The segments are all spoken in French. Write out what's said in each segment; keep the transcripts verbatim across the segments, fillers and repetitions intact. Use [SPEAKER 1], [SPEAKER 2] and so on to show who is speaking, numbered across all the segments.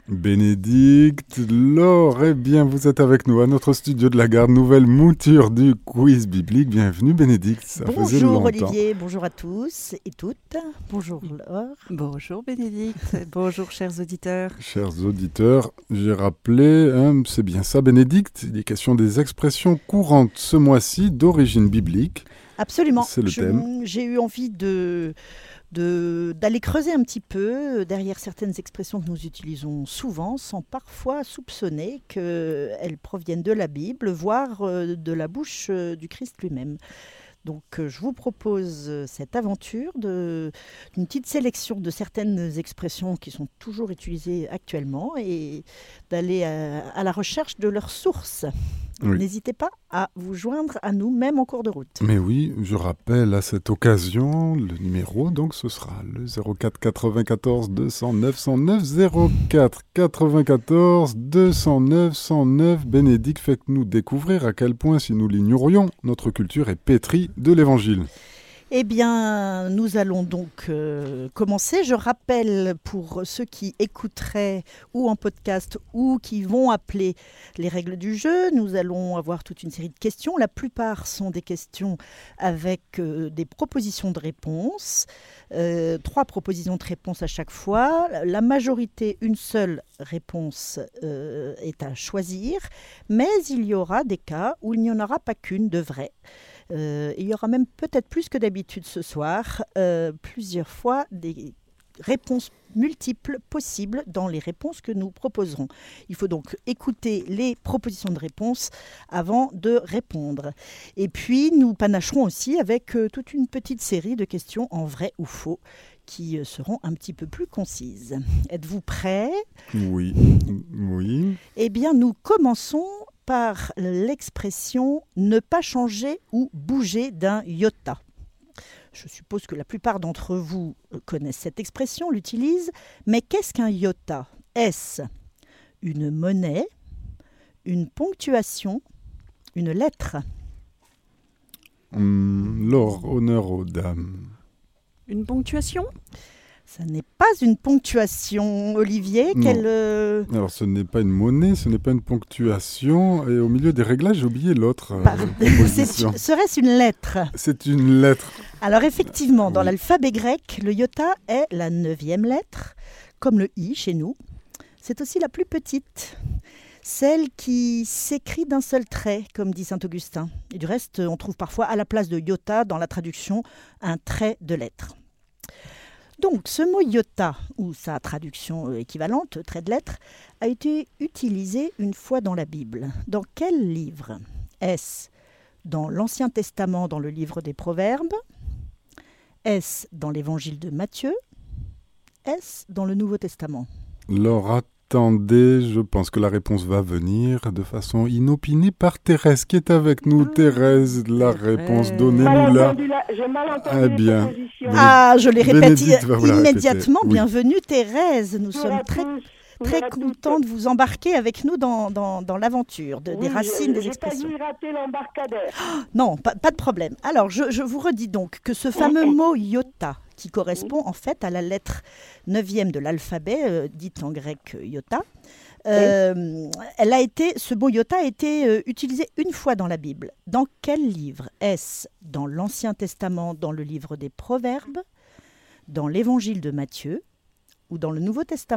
[SPEAKER 1] Bénédicte, Laure, eh bien vous êtes avec nous à notre studio de la Garde, nouvelle mouture du quiz biblique. Bienvenue Bénédicte, ça
[SPEAKER 2] bonjour
[SPEAKER 1] faisait longtemps.
[SPEAKER 2] Bonjour Olivier, bonjour à tous et toutes. Bonjour Laure.
[SPEAKER 3] Bonjour Bénédicte, bonjour chers auditeurs.
[SPEAKER 1] Chers auditeurs, j'ai rappelé, hein, c'est bien ça Bénédicte, il est question des expressions courantes ce mois-ci d'origine biblique.
[SPEAKER 2] Absolument,
[SPEAKER 1] c'est le
[SPEAKER 2] Je,
[SPEAKER 1] thème.
[SPEAKER 2] J'ai eu envie de... De, d'aller creuser un petit peu derrière certaines expressions que nous utilisons souvent, sans parfois soupçonner qu'elles proviennent de la Bible, voire de la bouche du Christ lui-même. Donc je vous propose cette aventure de, d'une petite sélection de certaines expressions qui sont toujours utilisées actuellement et d'aller à, à la recherche de leurs sources. Oui. N'hésitez pas à vous joindre à nous, même en cours de route.
[SPEAKER 1] Mais oui, je rappelle à cette occasion, le numéro, donc ce sera le zéro quatre quatre-vingt-quatorze deux cent neuf cent neuf, zéro quatre quatre-vingt-quatorze deux cent neuf cent neuf. Bénédicte, faites-nous découvrir à quel point, si nous l'ignorions, notre culture est pétrie de l'Évangile.
[SPEAKER 2] Eh bien, nous allons donc euh, commencer. Je rappelle pour ceux qui écouteraient ou en podcast ou qui vont appeler les règles du jeu, nous allons avoir toute une série de questions. La plupart sont des questions avec euh, des propositions de réponse, euh, trois propositions de réponse à chaque fois. La majorité, une seule réponse euh, est à choisir, mais il y aura des cas où il n'y en aura pas qu'une de vraie. Euh, il y aura même peut-être plus que d'habitude ce soir, euh, plusieurs fois des réponses multiples possibles dans les réponses que nous proposerons. Il faut donc écouter les propositions de réponse avant de répondre. Et puis nous panacherons aussi avec euh, toute une petite série de questions en vrai ou faux qui euh, seront un petit peu plus concises. Êtes-vous prêts ?
[SPEAKER 1] Oui, oui.
[SPEAKER 2] Eh bien, nous commençons par l'expression « ne pas changer ou bouger d'un iota ». Je suppose que la plupart d'entre vous connaissent cette expression, l'utilisent, mais qu'est-ce qu'un iota ? Est-ce une monnaie, une ponctuation, une lettre ?
[SPEAKER 1] hum, Laure, honneur aux dames.
[SPEAKER 3] Une ponctuation ?
[SPEAKER 2] Ce n'est pas une ponctuation, Olivier. Quelle, euh...
[SPEAKER 1] Alors, ce n'est pas une monnaie, ce n'est pas une ponctuation. Et au milieu des réglages, j'ai oublié l'autre
[SPEAKER 2] Par...
[SPEAKER 1] euh, proposition.
[SPEAKER 2] C'est... Serait-ce une lettre ?
[SPEAKER 1] C'est une lettre.
[SPEAKER 2] Alors, effectivement, dans
[SPEAKER 1] oui.
[SPEAKER 2] l'alphabet grec, le iota est la neuvième lettre, comme le i chez nous. C'est aussi la plus petite, celle qui s'écrit d'un seul trait, comme dit saint Augustin. Et du reste, on trouve parfois à la place de iota, dans la traduction, un trait de lettre. Donc, ce mot iota, ou sa traduction équivalente, trait de lettre, a été utilisé une fois dans la Bible. Dans quel livre ? Est-ce dans l'Ancien Testament, dans le livre des Proverbes ? Est-ce dans l'Évangile de Matthieu ? Est-ce dans le Nouveau Testament ?
[SPEAKER 1] Laure, attendez, je pense que la réponse va venir de façon inopinée par Thérèse qui est avec nous. Ah, Thérèse, la réponse,
[SPEAKER 3] euh...
[SPEAKER 1] donnez-nous-la.
[SPEAKER 4] J'ai mal entendu
[SPEAKER 1] eh bien,
[SPEAKER 2] Ah, je l'ai répété immédiatement.
[SPEAKER 1] Oui.
[SPEAKER 2] Bienvenue Thérèse, nous
[SPEAKER 4] Bonjour
[SPEAKER 2] sommes très,
[SPEAKER 4] tous,
[SPEAKER 2] très contents de vous embarquer avec nous dans, dans, dans l'aventure de,
[SPEAKER 4] oui,
[SPEAKER 2] des racines
[SPEAKER 4] je,
[SPEAKER 2] des expressions.
[SPEAKER 4] J'ai pas dû rater l'embarcadère.
[SPEAKER 2] Oh, non, pas, pas de problème. Alors, je, je vous redis donc que ce fameux mot iota, qui correspond en fait à la lettre neuvième de l'alphabet, euh, dite en grec iota, Euh, elle a été, ce mot iota a été euh, utilisé une fois dans la Bible. Dans quel livre ? Est-ce dans l'Ancien Testament, dans le livre des Proverbes, dans l'Évangile de Matthieu ou dans le Nouveau Testament ?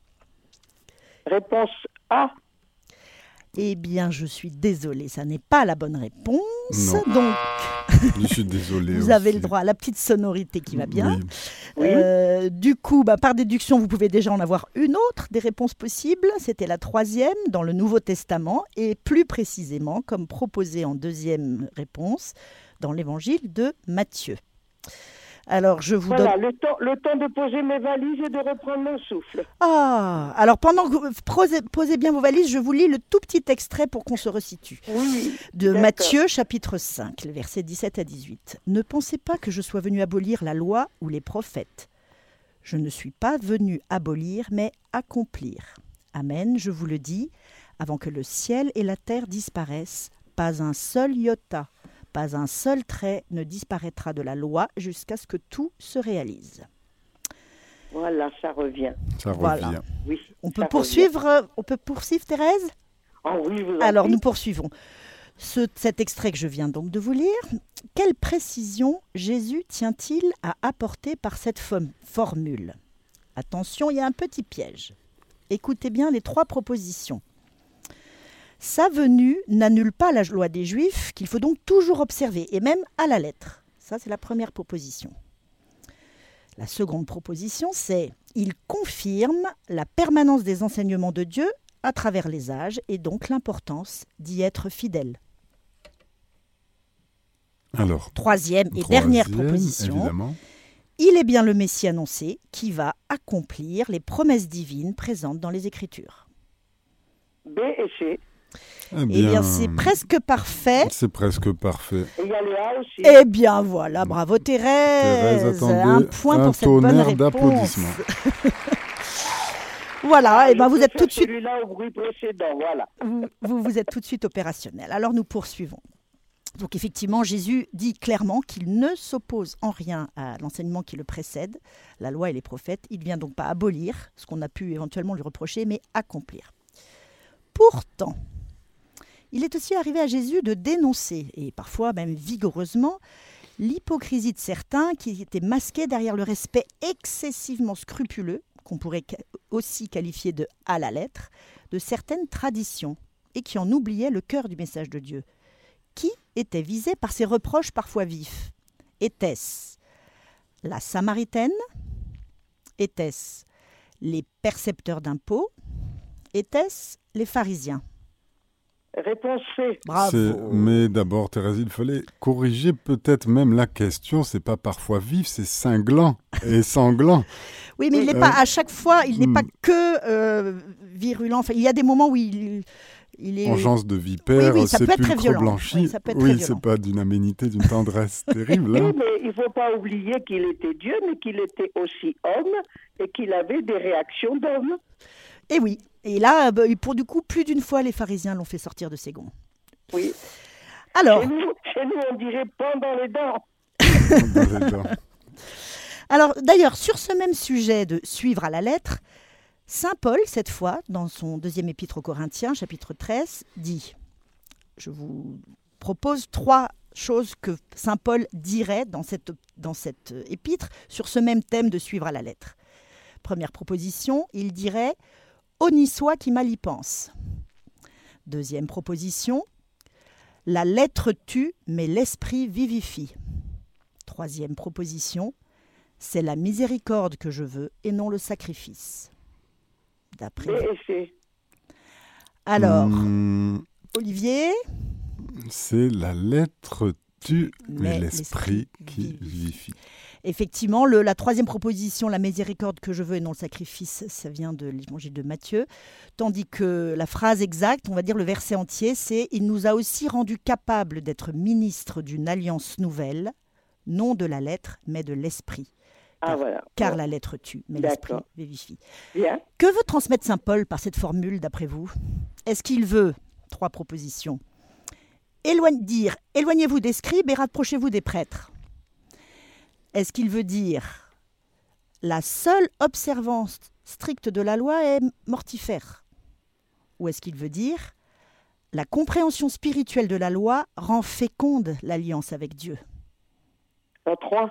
[SPEAKER 4] Réponse A.
[SPEAKER 2] Eh bien, je suis désolée, ça n'est pas la bonne réponse.
[SPEAKER 1] Non.
[SPEAKER 2] Donc,
[SPEAKER 1] je suis désolée.
[SPEAKER 2] vous
[SPEAKER 1] aussi.
[SPEAKER 2] avez le droit à la petite sonorité qui va bien.
[SPEAKER 1] Oui.
[SPEAKER 2] Euh, du coup, bah, par déduction, vous pouvez déjà en avoir une autre des réponses possibles. C'était la troisième dans le Nouveau Testament et plus précisément, comme proposé en deuxième réponse, dans l'Évangile de Matthieu. Alors, je vous
[SPEAKER 4] voilà,
[SPEAKER 2] donne...
[SPEAKER 4] le temps, le temps de poser mes valises et de reprendre mon souffle.
[SPEAKER 2] Ah, alors pendant que vous posez, posez bien vos valises, je vous lis le tout petit extrait pour qu'on se resitue.
[SPEAKER 4] Oui,
[SPEAKER 2] de
[SPEAKER 4] d'accord.
[SPEAKER 2] Matthieu, chapitre cinq, les versets dix-sept à dix-huit. « Ne pensez pas que je sois venu abolir la loi ou les prophètes. Je ne suis pas venu abolir, mais accomplir. Amen, je vous le dis, avant que le ciel et la terre disparaissent, pas un seul iota, pas un seul trait ne disparaîtra de la loi jusqu'à ce que tout se réalise. »
[SPEAKER 4] Voilà, ça revient.
[SPEAKER 1] Ça
[SPEAKER 2] Voilà.
[SPEAKER 1] revient.
[SPEAKER 4] Oui.
[SPEAKER 2] On peut
[SPEAKER 4] ça
[SPEAKER 2] poursuivre, euh, on peut poursuivre Thérèse ?
[SPEAKER 4] revient. Oh oui, vous en
[SPEAKER 2] Alors
[SPEAKER 4] prie.
[SPEAKER 2] nous poursuivons. Ce- cet extrait que je viens donc de vous lire, quelle précision Jésus tient-il à apporter par cette fom- formule ? Attention, il y a un petit piège. Écoutez bien les trois propositions. Sa venue n'annule pas la loi des Juifs qu'il faut donc toujours observer, et même à la lettre. Ça, c'est la première proposition. La seconde proposition, c'est « Il confirme la permanence des enseignements de Dieu à travers les âges et donc l'importance d'y être fidèle. »
[SPEAKER 1] Alors,
[SPEAKER 2] Troisième et dernière
[SPEAKER 1] troisième,
[SPEAKER 2] proposition,
[SPEAKER 1] évidemment.
[SPEAKER 2] il est bien le Messie annoncé qui va accomplir les promesses divines présentes dans les Écritures.
[SPEAKER 4] B et C.
[SPEAKER 1] Eh
[SPEAKER 2] Eh
[SPEAKER 1] bien,
[SPEAKER 2] bien, c'est presque parfait.
[SPEAKER 1] c'est presque parfait.
[SPEAKER 4] Et il y a le A aussi.
[SPEAKER 2] Eh bien, voilà, bravo Thérèse.
[SPEAKER 1] Thérèse, attendez,
[SPEAKER 2] un point
[SPEAKER 1] un
[SPEAKER 2] pour cette bonne
[SPEAKER 1] tonnerre
[SPEAKER 2] réponse.
[SPEAKER 1] d'applaudissements.
[SPEAKER 2] Voilà, et ben vous
[SPEAKER 4] Je
[SPEAKER 2] êtes
[SPEAKER 4] préfère
[SPEAKER 2] tout de suite,
[SPEAKER 4] celui-là au bruit précédent, voilà.
[SPEAKER 2] vous, vous, vous êtes tout de suite opérationnel. Alors nous poursuivons. Donc effectivement, Jésus dit clairement qu'il ne s'oppose en rien à l'enseignement qui le précède, la loi et les prophètes. Il ne vient donc pas abolir ce qu'on a pu éventuellement lui reprocher, mais accomplir. Pourtant, il est aussi arrivé à Jésus de dénoncer, et parfois même vigoureusement, l'hypocrisie de certains qui étaient masqués derrière le respect excessivement scrupuleux, qu'on pourrait aussi qualifier de à la lettre, de certaines traditions, et qui en oubliaient le cœur du message de Dieu. Qui était visé par ces reproches parfois vifs ? Était-ce la Samaritaine ? Était-ce les percepteurs d'impôts ? Était-ce les pharisiens ?
[SPEAKER 4] Réponse C.
[SPEAKER 2] Bravo.
[SPEAKER 1] C'est- Mais d'abord, Thérèse, il fallait corriger peut-être même la question. C'est pas parfois vif, c'est cinglant et sanglant.
[SPEAKER 2] Oui, mais il n'est
[SPEAKER 1] Euh,
[SPEAKER 2] pas à chaque fois, il n'est
[SPEAKER 1] hmm.
[SPEAKER 2] pas que euh, virulent. Enfin, il y a des moments où il, il est.
[SPEAKER 1] Engeance de vipère,
[SPEAKER 2] Oui, oui, ça peut être très
[SPEAKER 1] sépulcre
[SPEAKER 2] violent.
[SPEAKER 1] blanchi.
[SPEAKER 2] Oui, ça peut être très violent.
[SPEAKER 1] c'est pas d'une aménité, d'une tendresse terrible.
[SPEAKER 4] Oui,
[SPEAKER 1] hein.
[SPEAKER 4] mais il ne faut pas oublier qu'il était Dieu, mais qu'il était aussi homme et qu'il avait des réactions d'homme.
[SPEAKER 2] Et oui. Et là, bah, pour du coup, plus d'une fois, les pharisiens l'ont fait sortir de ses gonds.
[SPEAKER 4] Oui.
[SPEAKER 2] Alors,
[SPEAKER 4] Chez nous, chez nous, on dirait pendant les dents.
[SPEAKER 1] Dans les dents.
[SPEAKER 2] alors d'ailleurs, sur ce même sujet de suivre à la lettre, saint Paul, cette fois, dans son deuxième épître aux Corinthiens, chapitre treize, dit, je vous propose trois choses que saint Paul dirait dans cette, dans cette épître sur ce même thème de suivre à la lettre. Première proposition, il dirait « Honni soit qui mal y pense ». Deuxième proposition, « La lettre tue, mais l'esprit vivifie ». Troisième proposition, « C'est la miséricorde que je veux et non le sacrifice ».
[SPEAKER 4] B
[SPEAKER 2] D'après.
[SPEAKER 4] et C.
[SPEAKER 2] Alors,
[SPEAKER 1] Hmm,
[SPEAKER 2] Olivier,
[SPEAKER 1] c'est la lettre tue, mais
[SPEAKER 2] Mais
[SPEAKER 1] l'esprit
[SPEAKER 2] l'esprit
[SPEAKER 1] qui
[SPEAKER 2] vivifie.
[SPEAKER 1] vivifie.
[SPEAKER 2] effectivement, le- la troisième proposition, la miséricorde que je veux et non le sacrifice, ça vient de l'évangile de Matthieu. Tandis que la phrase exacte, on va dire le verset entier, c'est « Il nous a aussi rendus capables d'être ministres d'une alliance nouvelle, non de la lettre, mais de l'esprit.
[SPEAKER 4] Ah, voilà.
[SPEAKER 2] Car
[SPEAKER 4] Bon,
[SPEAKER 2] la lettre tue, mais
[SPEAKER 4] D'accord.
[SPEAKER 2] l'esprit vivifie. »
[SPEAKER 4] Bien.
[SPEAKER 2] Que veut transmettre saint Paul par cette formule, d'après vous ? Est-ce qu'il veut, trois propositions, éloigne, dire « Éloignez-vous des scribes et rapprochez-vous des prêtres » ? Est-ce qu'il veut dire « La seule observance stricte de la loi est mortifère » ? Ou est-ce qu'il veut dire « La compréhension spirituelle de la loi rend féconde l'alliance avec Dieu » ?
[SPEAKER 4] En trois.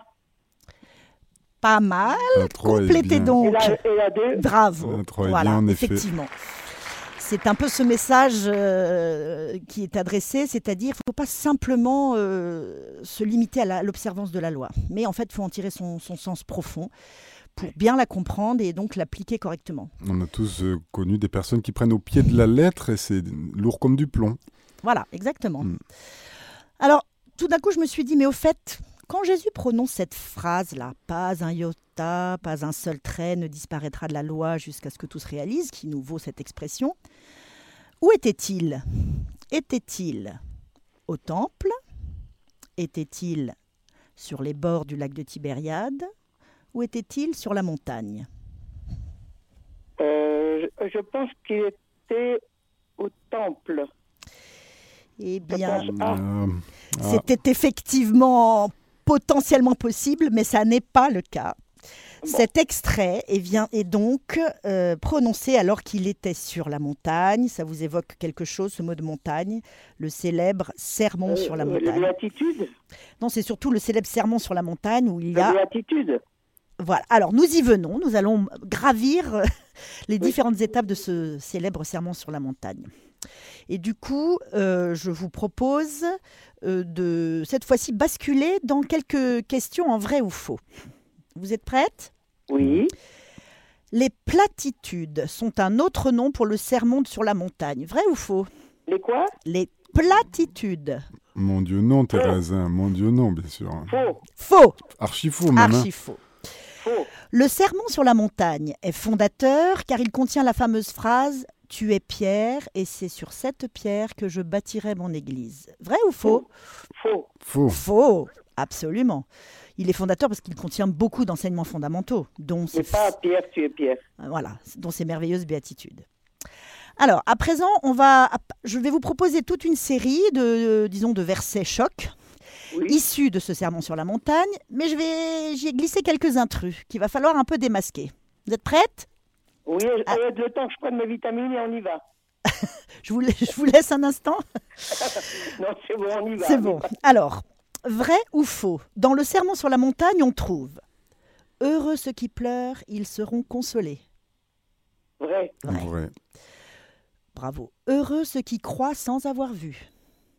[SPEAKER 2] Pas mal.
[SPEAKER 1] La trois est
[SPEAKER 2] Complétez
[SPEAKER 1] bien.
[SPEAKER 2] donc.
[SPEAKER 4] Et la, et la deux.
[SPEAKER 2] Bravo.
[SPEAKER 1] La trois est
[SPEAKER 2] Voilà,
[SPEAKER 1] bien, en effet.
[SPEAKER 2] effectivement. C'est un peu ce message euh, qui est adressé, c'est-à-dire qu'il ne faut pas simplement euh, se limiter à la- à l'observance de la loi, mais en fait, il faut en tirer son, son sens profond pour bien la comprendre et donc l'appliquer correctement.
[SPEAKER 1] On a tous euh, connu des personnes qui prennent au pied de la lettre et c'est lourd comme du plomb.
[SPEAKER 2] Voilà, exactement.
[SPEAKER 1] Mm.
[SPEAKER 2] Alors, tout d'un coup, je me suis dit, mais au fait, quand Jésus prononce cette phrase-là, « Pas un iota, pas un seul trait ne disparaîtra de la loi jusqu'à ce que tout se réalise », qui nous vaut cette expression, où était-il ? Était-il au temple ? Était-il sur les bords du lac de Tibériade ? Ou était-il sur la montagne ?
[SPEAKER 4] Euh, je, je pense qu'il était au temple.
[SPEAKER 2] Eh
[SPEAKER 4] Je
[SPEAKER 2] bien,
[SPEAKER 4] pense- Ah.
[SPEAKER 1] Euh, ah,
[SPEAKER 2] c'était effectivement potentiellement possible, mais ça n'est pas le cas. Cet extrait est, vient, est donc euh, prononcé alors qu'il était sur la montagne. Ça vous évoque quelque chose, ce mot de montagne? Le célèbre sermon
[SPEAKER 4] Euh,
[SPEAKER 2] sur la
[SPEAKER 4] Les
[SPEAKER 2] montagne.
[SPEAKER 4] béatitudes.
[SPEAKER 2] Non, c'est surtout le célèbre sermon sur la montagne où il y
[SPEAKER 4] Les
[SPEAKER 2] a...
[SPEAKER 4] béatitudes.
[SPEAKER 2] Voilà, alors nous y venons. Nous allons gravir euh, les
[SPEAKER 4] Oui.
[SPEAKER 2] différentes étapes de ce célèbre sermon sur la montagne. Et du coup, euh, je vous propose euh, de, cette fois-ci, basculer dans quelques questions en vrai ou faux. Vous êtes prêtes?
[SPEAKER 4] Oui.
[SPEAKER 2] Les platitudes sont un autre nom pour le sermon sur la montagne. Vrai ou faux?
[SPEAKER 4] Les quoi?
[SPEAKER 2] Les platitudes.
[SPEAKER 1] Mon Dieu, non, Thérèse. hein. Mon Dieu, non, bien sûr.
[SPEAKER 4] Faux.
[SPEAKER 2] Faux.
[SPEAKER 1] Archi faux, même. hein.
[SPEAKER 2] Archi faux.
[SPEAKER 4] Faux.
[SPEAKER 2] Le sermon sur la montagne est fondateur car il contient la fameuse phrase « Tu es Pierre et c'est sur cette pierre que je bâtirai mon église ». Vrai ou faux?
[SPEAKER 4] Faux.
[SPEAKER 1] Faux.
[SPEAKER 2] Faux, absolument. Il est fondateur parce qu'il contient beaucoup d'enseignements fondamentaux, dont ces,
[SPEAKER 4] C'est pas Pierre, tu es Pierre.
[SPEAKER 2] voilà, dont ces merveilleuses béatitudes. Alors, à présent, on va, je vais vous proposer toute une série de, disons, de versets chocs
[SPEAKER 4] Oui.
[SPEAKER 2] issus de ce sermon sur la montagne, mais je vais, j'y ai glissé quelques intrus qu'il va falloir un peu démasquer. Vous êtes prêtes?
[SPEAKER 4] Oui,
[SPEAKER 2] Ah.
[SPEAKER 4] euh, le temps que je prenne mes vitamines et on y va.
[SPEAKER 2] je vous, je vous laisse un instant.
[SPEAKER 4] Non, c'est bon, on y va.
[SPEAKER 2] C'est bon. Alors, vrai ou faux? Dans le sermon sur la montagne, on trouve « Heureux ceux qui pleurent, ils seront consolés ».
[SPEAKER 4] Vrai.
[SPEAKER 2] Vrai.
[SPEAKER 1] Vrai.
[SPEAKER 2] Bravo. « Heureux ceux qui croient sans avoir vu
[SPEAKER 4] Faux. ».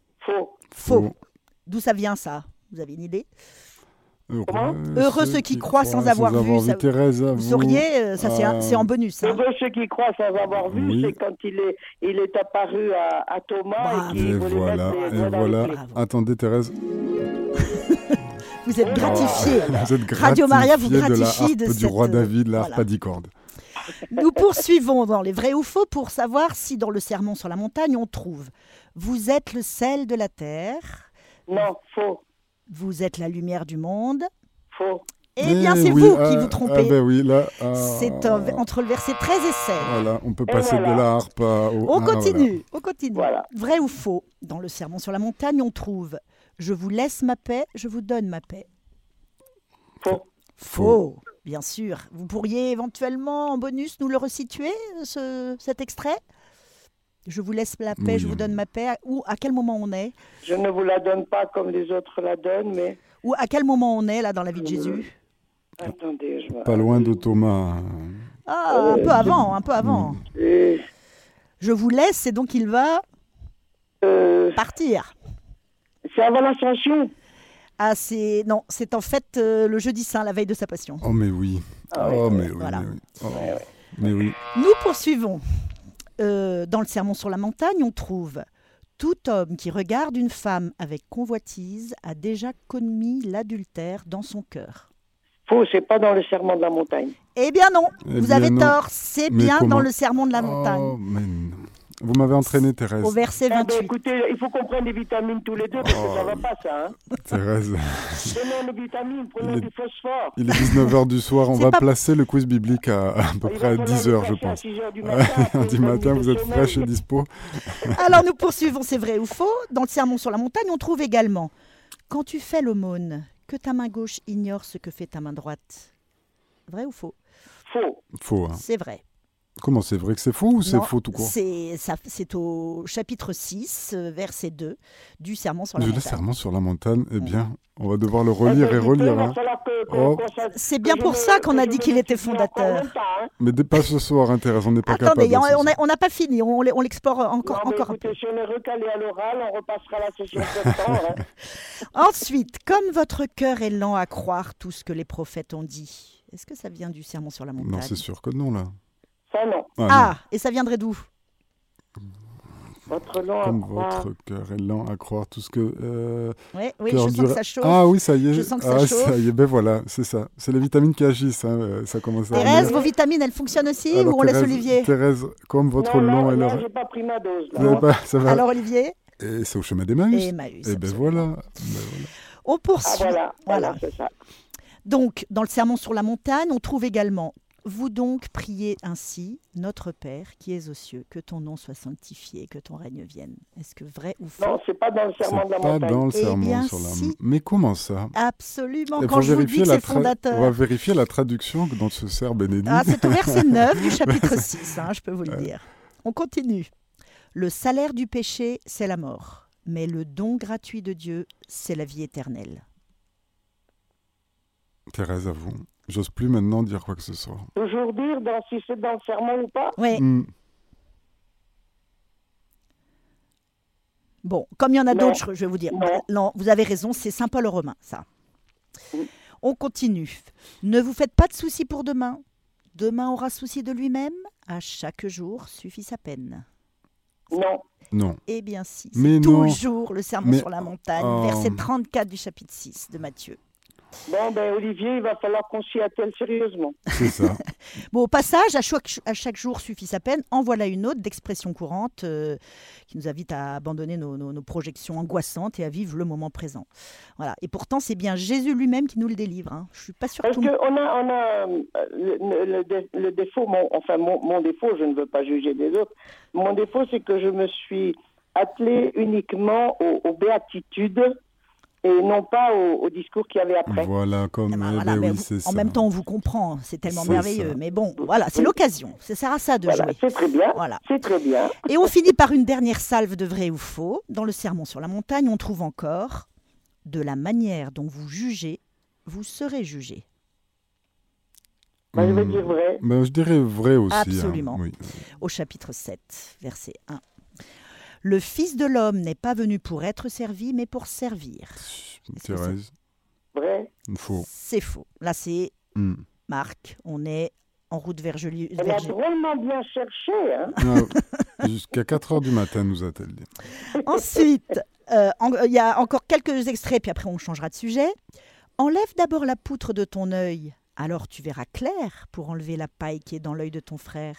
[SPEAKER 2] Faux. D'où ça vient ça? Vous avez une idée?
[SPEAKER 4] Comment?
[SPEAKER 2] Heureux ceux qui croient sans avoir vu, ça-
[SPEAKER 1] Thérèse, à
[SPEAKER 2] Vous sauriez, euh, ça c'est un-
[SPEAKER 1] Ah.
[SPEAKER 2] c'est en bonus. hein.
[SPEAKER 4] Heureux ceux qui croient sans avoir vu,
[SPEAKER 1] Oui.
[SPEAKER 4] c'est quand il est, il est apparu à, à Thomas
[SPEAKER 2] Bravo.
[SPEAKER 4] et qu'il
[SPEAKER 1] Et
[SPEAKER 4] voulait
[SPEAKER 1] voilà,
[SPEAKER 4] mettre les
[SPEAKER 1] et
[SPEAKER 4] doigts dans les
[SPEAKER 1] voilà.
[SPEAKER 4] pieds.
[SPEAKER 2] Bravo.
[SPEAKER 1] Attendez, Thérèse.
[SPEAKER 2] Vous êtes gratifié.
[SPEAKER 1] Vous êtes
[SPEAKER 2] Radio Maria vous
[SPEAKER 1] gratifiée de la
[SPEAKER 2] gratifie de
[SPEAKER 1] harpe du
[SPEAKER 2] cette,
[SPEAKER 1] roi
[SPEAKER 2] euh,
[SPEAKER 1] David, la harpe
[SPEAKER 2] voilà.
[SPEAKER 1] à dix cordes.
[SPEAKER 2] Nous poursuivons dans les vrais ou faux pour savoir si dans le sermon sur la montagne on trouve « Vous êtes le sel de la terre,
[SPEAKER 4] Non, faux.
[SPEAKER 2] vous êtes la lumière du monde ».
[SPEAKER 4] Faux.
[SPEAKER 2] Eh bien,
[SPEAKER 1] Eh
[SPEAKER 2] c'est
[SPEAKER 1] oui,
[SPEAKER 2] vous
[SPEAKER 1] ah,
[SPEAKER 2] qui vous
[SPEAKER 1] Ah
[SPEAKER 2] trompez.
[SPEAKER 1] ben oui, là. ah,
[SPEAKER 2] C'est euh, entre le verset treize et seize.
[SPEAKER 1] Voilà, on peut
[SPEAKER 4] Et
[SPEAKER 1] passer
[SPEAKER 4] voilà.
[SPEAKER 1] de la harpe à- au.
[SPEAKER 2] On
[SPEAKER 1] ah,
[SPEAKER 2] continue, on continue.
[SPEAKER 4] Voilà.
[SPEAKER 2] Vrai ou faux? Dans le sermon sur la montagne, on trouve « Je vous laisse ma paix, je vous donne ma paix ».
[SPEAKER 4] Faux.
[SPEAKER 2] Faux, bien sûr. Vous pourriez éventuellement, en bonus, nous le resituer, ce, cet extrait? Je vous laisse la paix,
[SPEAKER 1] Oui.
[SPEAKER 2] je vous donne ma paix. Ou à quel moment on est?
[SPEAKER 4] Je ne vous la donne pas comme les autres la donnent, mais
[SPEAKER 2] Ou à quel moment on est, là, dans la vie de Jésus?
[SPEAKER 4] attendez, je vais...
[SPEAKER 1] Pas loin de Thomas.
[SPEAKER 2] Ah, un peu avant, un peu avant.
[SPEAKER 4] Et,
[SPEAKER 2] Je vous laisse, c'est donc il va
[SPEAKER 4] euh,
[SPEAKER 2] partir.
[SPEAKER 4] c'est avant l'ascension.
[SPEAKER 2] Ah, c'est... Non, c'est en fait euh, le jeudi saint, la veille de sa passion.
[SPEAKER 1] Oh, mais oui.
[SPEAKER 4] Ah ouais,
[SPEAKER 1] oh, mais oui.
[SPEAKER 2] voilà.
[SPEAKER 1] Mais oui. Oh, mais oui.
[SPEAKER 2] Nous poursuivons. Euh, dans le sermon sur la montagne, on trouve « Tout homme qui regarde une femme avec convoitise a déjà commis l'adultère dans son cœur.
[SPEAKER 4] Faux, c'est pas dans le serment de la montagne. »
[SPEAKER 2] Eh bien non,
[SPEAKER 1] Eh
[SPEAKER 2] vous
[SPEAKER 1] bien
[SPEAKER 2] avez
[SPEAKER 1] non.
[SPEAKER 2] tort, c'est
[SPEAKER 1] Mais
[SPEAKER 2] bien
[SPEAKER 1] comment
[SPEAKER 2] dans le sermon de la
[SPEAKER 1] Oh,
[SPEAKER 2] montagne,
[SPEAKER 1] mais non. Vous m'avez entraîné, Thérèse.
[SPEAKER 2] au verset
[SPEAKER 4] Ah ben,
[SPEAKER 2] vingt-huit.
[SPEAKER 4] écoutez, il faut qu'on prenne des vitamines tous les deux, parce que ça va pas, ça. Hein.
[SPEAKER 1] Thérèse.
[SPEAKER 4] Prenons des vitamines, prenons
[SPEAKER 1] Il est-
[SPEAKER 4] du phosphore.
[SPEAKER 1] Il est dix-neuf heures du soir. On
[SPEAKER 2] C'est
[SPEAKER 1] va
[SPEAKER 2] pas-
[SPEAKER 1] placer le quiz biblique à, à peu
[SPEAKER 4] Il
[SPEAKER 1] près à
[SPEAKER 4] va falloir
[SPEAKER 1] dix
[SPEAKER 4] le
[SPEAKER 1] heures, je
[SPEAKER 4] placer à
[SPEAKER 1] pense.
[SPEAKER 4] six heures du matin, après
[SPEAKER 1] Lundi
[SPEAKER 4] une bonne
[SPEAKER 1] matin,
[SPEAKER 4] nuit
[SPEAKER 1] vous
[SPEAKER 4] de
[SPEAKER 1] êtes
[SPEAKER 4] sommeil.
[SPEAKER 1] fraîche et dispo.
[SPEAKER 2] Alors nous poursuivons, c'est vrai ou faux. Dans le sermon sur la montagne, on trouve également « Quand tu fais l'aumône, que ta main gauche ignore ce que fait ta main droite. » Vrai ou faux?
[SPEAKER 4] Faux.
[SPEAKER 1] Faux, hein.
[SPEAKER 2] C'est vrai.
[SPEAKER 1] Comment, c'est vrai que c'est faux ou c'est
[SPEAKER 2] Non,
[SPEAKER 1] faux tout court?
[SPEAKER 2] c'est, ça- c'est au chapitre six, euh, verset deux du sermon sur la
[SPEAKER 1] Le
[SPEAKER 2] montagne.
[SPEAKER 1] serment sur la montagne, eh bien, on va devoir le relire et
[SPEAKER 4] Attends,
[SPEAKER 1] relire.
[SPEAKER 4] il va
[SPEAKER 1] hein.
[SPEAKER 4] falloir que- que-
[SPEAKER 1] Oh.
[SPEAKER 4] qu'on s'a-
[SPEAKER 2] C'est
[SPEAKER 4] que
[SPEAKER 2] bien
[SPEAKER 4] je
[SPEAKER 2] pour
[SPEAKER 4] me-
[SPEAKER 2] ça qu'on
[SPEAKER 4] que
[SPEAKER 2] a
[SPEAKER 4] je
[SPEAKER 2] dit
[SPEAKER 4] me
[SPEAKER 2] qu'il était
[SPEAKER 4] l'étudie encore
[SPEAKER 2] fondateur.
[SPEAKER 4] longtemps, hein.
[SPEAKER 1] Mais dès- pas ce soir, hein, Thérèse, on n'est pas
[SPEAKER 2] Attendez,
[SPEAKER 1] capable.
[SPEAKER 2] on
[SPEAKER 1] ce
[SPEAKER 2] n'a
[SPEAKER 1] soir.
[SPEAKER 2] pas fini, on, l'e- on l'explore encore,
[SPEAKER 4] Non, mais
[SPEAKER 2] encore un peu.
[SPEAKER 4] écoutez, si on est recalé à l'oral, on repassera la session septembre. Hein.
[SPEAKER 2] Ensuite, comme votre cœur est lent à croire tout ce que les prophètes ont dit, est-ce que ça vient du sermon sur la montagne?
[SPEAKER 1] Non, c'est sûr que non, là.
[SPEAKER 4] Ça, non.
[SPEAKER 1] Ah, non.
[SPEAKER 2] Ah, et ça viendrait d'où?
[SPEAKER 4] Votre long à
[SPEAKER 1] Comme
[SPEAKER 4] croire.
[SPEAKER 1] votre cœur est lent à croire tout ce que. euh,
[SPEAKER 2] Ouais, oui,
[SPEAKER 1] cœur
[SPEAKER 2] je sens
[SPEAKER 1] dur-
[SPEAKER 2] que ça chauffe.
[SPEAKER 1] Ah oui, ça y est.
[SPEAKER 2] Je sens que
[SPEAKER 1] ah,
[SPEAKER 2] ça chauffe.
[SPEAKER 1] y est, ben voilà, c'est ça. C'est les vitamines qui agissent, hein, euh, ça commence à.
[SPEAKER 2] Thérèse,
[SPEAKER 1] venir.
[SPEAKER 2] vos vitamines, elles fonctionnent aussi
[SPEAKER 1] Alors,
[SPEAKER 2] ou on laisse
[SPEAKER 1] Thérèse-
[SPEAKER 2] Olivier?
[SPEAKER 1] Thérèse, comme votre
[SPEAKER 4] non,
[SPEAKER 1] long
[SPEAKER 4] non,
[SPEAKER 1] est
[SPEAKER 4] non,
[SPEAKER 1] leur.
[SPEAKER 4] j'ai pas pris ma dose. Là.
[SPEAKER 1] Vous avez pas- ça va.
[SPEAKER 2] Alors Olivier?
[SPEAKER 1] Et c'est au chemin d'Emmaüs.
[SPEAKER 2] Et Emmaüs,
[SPEAKER 1] Et ben
[SPEAKER 2] absolument.
[SPEAKER 1] voilà. Ben voilà.
[SPEAKER 2] On
[SPEAKER 4] Ah
[SPEAKER 2] poursuit.
[SPEAKER 4] voilà, voilà,
[SPEAKER 2] Voilà.
[SPEAKER 4] c'est ça.
[SPEAKER 2] Donc, dans le sermon sur la montagne, on trouve également Vous donc priez ainsi, notre Père qui es aux cieux, que ton nom soit sanctifié, que ton règne vienne. Est-ce que vrai ou faux?
[SPEAKER 4] Non, c'est pas dans le
[SPEAKER 1] C'est
[SPEAKER 4] serment de la
[SPEAKER 1] pas
[SPEAKER 4] montagne.
[SPEAKER 1] dans le
[SPEAKER 2] Eh
[SPEAKER 1] serment
[SPEAKER 2] bien,
[SPEAKER 1] sur la
[SPEAKER 2] si.
[SPEAKER 1] Mais comment ça?
[SPEAKER 2] Absolument,
[SPEAKER 1] Il
[SPEAKER 2] quand
[SPEAKER 1] faut
[SPEAKER 2] je vous dis
[SPEAKER 1] vérifier
[SPEAKER 2] que
[SPEAKER 1] la
[SPEAKER 2] c'est
[SPEAKER 1] tra-
[SPEAKER 2] fondateur.
[SPEAKER 1] On va vérifier la traduction dont se sert Bénédicte.
[SPEAKER 2] Ah, c'est au verset neuf du chapitre six, hein, je peux vous le dire. On continue. Le salaire du péché, c'est la mort, mais le don gratuit de Dieu, c'est la vie éternelle.
[SPEAKER 1] Thérèse, à vous. J'ose plus maintenant dire quoi que ce soit.
[SPEAKER 4] Toujours dire dans, si c'est dans le serment ou pas.
[SPEAKER 2] Oui,
[SPEAKER 1] Hmm.
[SPEAKER 2] bon, comme il y en a
[SPEAKER 4] Non.
[SPEAKER 2] d'autres, je vais vous dire.
[SPEAKER 4] Non.
[SPEAKER 2] Non, vous avez raison, c'est Saint Paul Romain, ça.
[SPEAKER 4] Oui.
[SPEAKER 2] On continue. Ne vous faites pas de soucis pour demain. Demain aura souci de lui-même. À chaque jour suffit sa peine.
[SPEAKER 4] Non.
[SPEAKER 1] Non.
[SPEAKER 2] Eh bien si,
[SPEAKER 1] Mais
[SPEAKER 2] c'est
[SPEAKER 1] non.
[SPEAKER 2] toujours le sermon
[SPEAKER 1] Mais-
[SPEAKER 2] sur la montagne,
[SPEAKER 1] oh.
[SPEAKER 2] verset trente-quatre du chapitre six de Matthieu.
[SPEAKER 4] Bon, ben Olivier, il va falloir qu'on s'y attelle sérieusement.
[SPEAKER 1] C'est ça.
[SPEAKER 2] Bon, au passage, à chaque, à chaque jour suffit sa peine. En voilà une autre d'expression courante euh, qui nous invite à abandonner nos, nos- nos projections angoissantes et à vivre le moment présent. Voilà. Et pourtant, c'est bien Jésus lui-même qui nous le délivre. Hein. Je suis pas sûre
[SPEAKER 4] Parce
[SPEAKER 2] que tout le
[SPEAKER 4] qu'on a, on a euh, le, le- le- le défaut, mon, enfin mon, mon défaut, je ne veux pas juger des autres, mon défaut c'est que je me suis attelée uniquement aux, aux béatitudes et non pas au, au discours qu'il y avait après.
[SPEAKER 1] Voilà, comme.
[SPEAKER 2] Eh ben,
[SPEAKER 1] eh
[SPEAKER 2] voilà,
[SPEAKER 1] ben
[SPEAKER 2] mais
[SPEAKER 1] oui,
[SPEAKER 2] vous-
[SPEAKER 1] c'est
[SPEAKER 2] en
[SPEAKER 1] ça.
[SPEAKER 2] même temps, on vous comprend. C'est tellement
[SPEAKER 1] C'est
[SPEAKER 2] merveilleux.
[SPEAKER 1] ça.
[SPEAKER 2] Mais bon, voilà, c'est
[SPEAKER 4] Oui.
[SPEAKER 2] l'occasion. Ça sert à ça de
[SPEAKER 4] Voilà,
[SPEAKER 2] jouer.
[SPEAKER 4] c'est très bien,
[SPEAKER 2] Voilà.
[SPEAKER 4] c'est très bien.
[SPEAKER 2] Et on finit par une dernière salve de vrai ou faux. Dans le sermon sur la montagne, on trouve encore « De la manière dont vous jugez, vous serez jugé
[SPEAKER 4] Moi, je vais
[SPEAKER 1] Hmm.
[SPEAKER 4] dire vrai.
[SPEAKER 1] Ben, je dirais vrai aussi. hein.
[SPEAKER 2] Absolument.
[SPEAKER 1] Oui. »
[SPEAKER 2] au chapitre sept, verset un. « Le Fils de l'homme n'est pas venu pour être servi, mais pour servir. » que
[SPEAKER 1] Thérèse,
[SPEAKER 4] Vrai.
[SPEAKER 1] faux.
[SPEAKER 2] C'est faux. Là, c'est
[SPEAKER 1] Hmm.
[SPEAKER 2] Marc. On est en route vers Joli-
[SPEAKER 4] Elle
[SPEAKER 2] vers
[SPEAKER 4] a
[SPEAKER 2] Jé-
[SPEAKER 4] drôlement bien cherché, hein.
[SPEAKER 1] Ah, jusqu'à quatre heures du matin, nous a-t-elle dit.
[SPEAKER 2] Ensuite, euh, en- il y a encore quelques extraits, puis après on changera de sujet. « Enlève d'abord la poutre de ton œil, alors tu verras clair pour enlever la paille qui est dans l'œil de ton frère.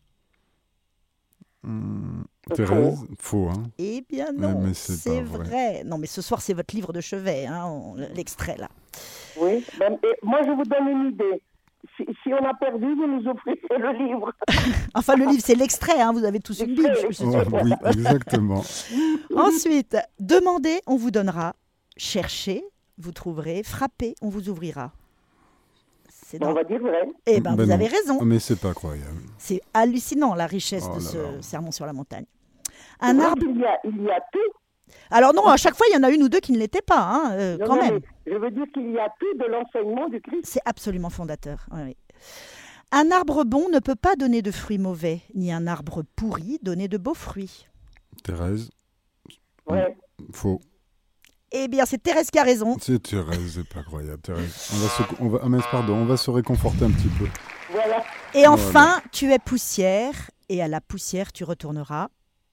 [SPEAKER 1] Hmm.
[SPEAKER 4] Faux.
[SPEAKER 1] Thérèse, faux. Hein. »
[SPEAKER 2] Eh bien non,
[SPEAKER 1] mais c'est
[SPEAKER 2] c'est
[SPEAKER 1] pas vrai.
[SPEAKER 2] vrai. Non, mais ce soir, c'est votre livre de chevet, hein, on- l'extrait là.
[SPEAKER 4] Oui. Ben, et moi, je vous donne une idée. Si, si on a perdu, vous nous offrez le livre.
[SPEAKER 2] Enfin, le livre, c'est l'extrait, hein, vous avez tous une Bible. je suis
[SPEAKER 1] Oh,
[SPEAKER 2] sûre.
[SPEAKER 1] oui, exactement.
[SPEAKER 2] Ensuite, demandez, on vous donnera. Cherchez, vous trouverez. Frappez, on vous ouvrira. C'est
[SPEAKER 4] Ben, on
[SPEAKER 2] dans...
[SPEAKER 4] va dire vrai.
[SPEAKER 2] Eh bien,
[SPEAKER 1] Ben
[SPEAKER 2] vous
[SPEAKER 1] non.
[SPEAKER 2] avez raison.
[SPEAKER 1] Mais c'est pas croyable.
[SPEAKER 2] C'est hallucinant, la richesse
[SPEAKER 1] Oh
[SPEAKER 2] de
[SPEAKER 1] là
[SPEAKER 2] ce
[SPEAKER 1] là.
[SPEAKER 2] sermon sur la montagne.
[SPEAKER 4] C'est
[SPEAKER 2] Un
[SPEAKER 4] vrai
[SPEAKER 2] arbre...
[SPEAKER 4] qu'il y a, il y a tout.
[SPEAKER 2] Alors non, à chaque fois, il y en a une ou deux qui ne l'étaient pas, hein, euh,
[SPEAKER 4] Non,
[SPEAKER 2] quand
[SPEAKER 4] non,
[SPEAKER 2] même.
[SPEAKER 4] mais je veux dire qu'il y a tout de l'enseignement du Christ.
[SPEAKER 2] C'est absolument fondateur. Oui, oui. Un arbre bon ne peut pas donner de fruits mauvais, ni un arbre pourri donner de beaux fruits.
[SPEAKER 1] Thérèse,
[SPEAKER 4] Ouais.
[SPEAKER 1] faux.
[SPEAKER 2] Eh bien, c'est Thérèse qui a raison.
[SPEAKER 1] C'est Thérèse, c'est pas croyable. Thérèse, on va se, on va, ah, mince, pardon, on va se réconforter un petit peu.
[SPEAKER 2] Et
[SPEAKER 4] Voilà.
[SPEAKER 1] Voilà.
[SPEAKER 2] enfin, tu es poussière, et à la poussière tu retourneras.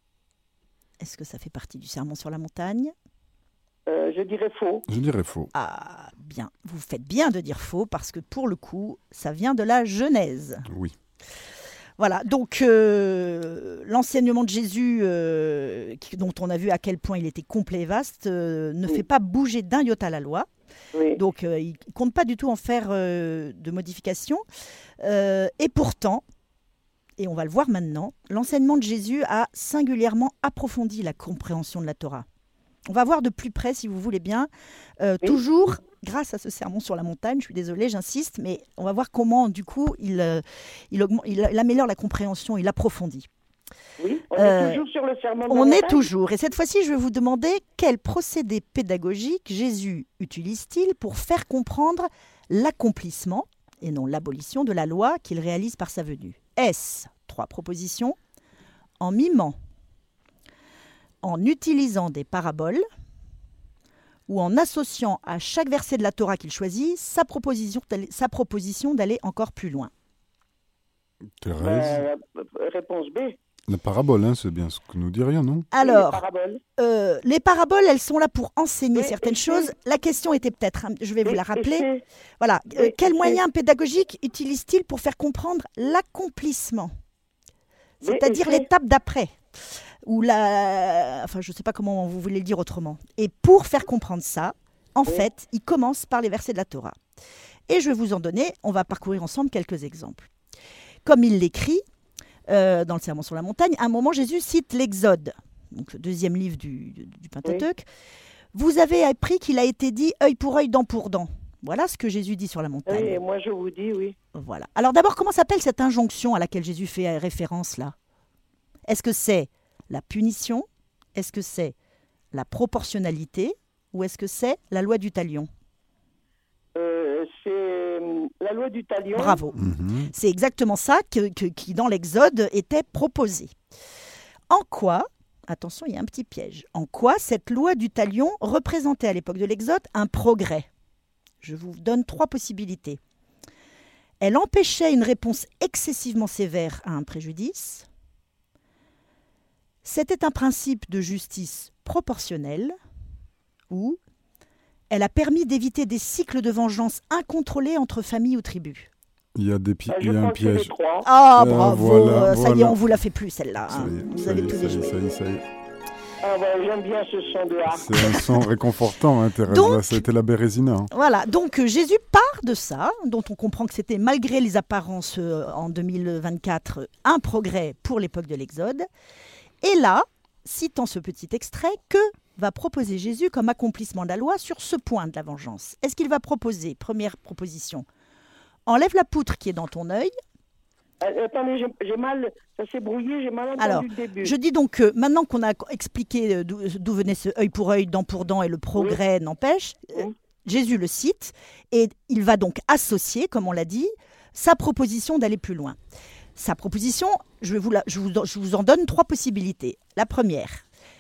[SPEAKER 2] Est-ce que ça fait partie du sermon sur la montagne?
[SPEAKER 4] Euh, je dirais faux.
[SPEAKER 1] Je dirais faux.
[SPEAKER 2] Ah, bien. Vous faites bien de dire faux, parce que pour le coup, ça vient de la Genèse.
[SPEAKER 1] Oui.
[SPEAKER 2] Voilà, donc euh, l'enseignement de Jésus, euh, qui- dont on a vu à quel point il était complet et vaste, euh, ne
[SPEAKER 4] Oui.
[SPEAKER 2] fait pas bouger d'un iota la loi.
[SPEAKER 4] Oui.
[SPEAKER 2] Donc euh, il ne compte pas du tout en faire euh, de modifications. Euh, et pourtant, et on va le voir maintenant, l'enseignement de Jésus a singulièrement approfondi la compréhension de la Torah. On va voir de plus près, si vous voulez bien, euh,
[SPEAKER 4] Oui.
[SPEAKER 2] toujours grâce à ce sermon sur la montagne. Je suis désolée, j'insiste, mais on va voir comment, du coup, il, euh, il, augmente- il- il améliore la compréhension, il approfondit.
[SPEAKER 4] Oui. On
[SPEAKER 2] Euh,
[SPEAKER 4] est toujours sur le serment de la
[SPEAKER 2] On est
[SPEAKER 4] montagne.
[SPEAKER 2] toujours. Et cette fois-ci, je vais vous demander quel procédé pédagogique Jésus utilise-t-il pour faire comprendre l'accomplissement, et non l'abolition de la loi qu'il réalise par sa venue. Est-ce, trois propositions, en mimant, en utilisant des paraboles, ou en associant à chaque verset de la Torah qu'il choisit sa proposition, d'aller- sa proposition d'aller encore plus loin.
[SPEAKER 1] Thérèse,
[SPEAKER 4] Euh, réponse B.
[SPEAKER 1] la parabole, hein, c'est bien ce que nous dirions, non?
[SPEAKER 4] Oui,
[SPEAKER 2] Alors,
[SPEAKER 4] les paraboles.
[SPEAKER 2] Euh, les paraboles, elles sont là pour enseigner
[SPEAKER 4] Oui,
[SPEAKER 2] certaines
[SPEAKER 4] et
[SPEAKER 2] choses.
[SPEAKER 4] c'est-
[SPEAKER 2] La question était peut-être, hein, je vais vous
[SPEAKER 4] Et-
[SPEAKER 2] la
[SPEAKER 4] et
[SPEAKER 2] rappeler.
[SPEAKER 4] c'est-
[SPEAKER 2] Voilà.
[SPEAKER 4] oui,
[SPEAKER 2] Euh,
[SPEAKER 4] et
[SPEAKER 2] quel
[SPEAKER 4] c'est-
[SPEAKER 2] moyen pédagogique utilise-t-il pour faire comprendre l'accomplissement?
[SPEAKER 4] Oui,
[SPEAKER 2] C'est-à-dire
[SPEAKER 4] et c'est-
[SPEAKER 2] l'étape d'après. Ou la... Enfin, je ne sais pas comment vous voulez le dire autrement. Et pour faire comprendre ça, en
[SPEAKER 4] Oui.
[SPEAKER 2] fait, il commence par les versets de la Torah. Et je vais vous en donner, on va parcourir ensemble quelques exemples. Comme il l'écrit euh, dans le Sermon sur la montagne, à un moment, Jésus cite l'Exode, donc le deuxième livre du, du Pentateuque. Oui. Vous avez appris qu'il a été dit œil pour œil, dent pour dent. Voilà ce que Jésus dit sur la montagne.
[SPEAKER 4] Oui, et moi je vous dis oui.
[SPEAKER 2] Voilà. Alors d'abord, comment s'appelle cette injonction à laquelle Jésus fait référence là ? Est-ce que c'est la punition ? Est-ce que c'est la proportionnalité ? Ou est-ce que c'est la loi du talion ?
[SPEAKER 4] euh, C'est la loi du talion.
[SPEAKER 2] Bravo. Mm-hmm. C'est exactement ça que, que, qui, dans l'Exode, était proposé. En quoi, attention, il y a un petit piège, en quoi cette loi du talion représentait à l'époque de l'Exode un progrès ? Je vous donne trois possibilités. Elle empêchait une réponse excessivement sévère à un préjudice. C'était un principe de justice proportionnelle. Ou elle a permis d'éviter des cycles de vengeance incontrôlés entre familles ou tribus.
[SPEAKER 1] Il y a, des pi- il y a un piège.
[SPEAKER 2] Ah, euh, bravo,
[SPEAKER 1] voilà,
[SPEAKER 2] ça
[SPEAKER 1] voilà.
[SPEAKER 2] y est, on vous la fait plus celle-là. Hein.
[SPEAKER 1] Est,
[SPEAKER 2] vous avez
[SPEAKER 1] est,
[SPEAKER 2] tout
[SPEAKER 1] ça
[SPEAKER 2] déjoué.
[SPEAKER 1] Ça y est, ça y est.
[SPEAKER 4] Ah bah, j'aime bien ce son de harpe.
[SPEAKER 1] C'est un son réconfortant, hein, Thérèse.
[SPEAKER 2] Donc,
[SPEAKER 1] c'était la Bérésina. Hein.
[SPEAKER 2] Voilà, donc Jésus part de ça, dont on comprend que c'était, malgré les apparences euh, en deux mille vingt-quatre, un progrès pour l'époque de l'Exode. Et là, citant ce petit extrait, que va proposer Jésus comme accomplissement de la loi sur ce point de la vengeance ? Est-ce qu'il va proposer, première proposition, enlève la poutre qui est dans ton œil.
[SPEAKER 4] Euh, attendez, j'ai, j'ai mal, ça s'est brouillé, j'ai mal entendu
[SPEAKER 2] Alors,
[SPEAKER 4] le début.
[SPEAKER 2] Je dis donc que maintenant qu'on a expliqué d'où, d'où venait ce œil pour œil, dent pour dent et le progrès oui. n'empêche, oui. euh, Jésus le cite et il va donc associer, comme on l'a dit, sa proposition d'aller plus loin. Sa proposition, je, vais vous la, je, vous, je vous en donne trois possibilités. La première,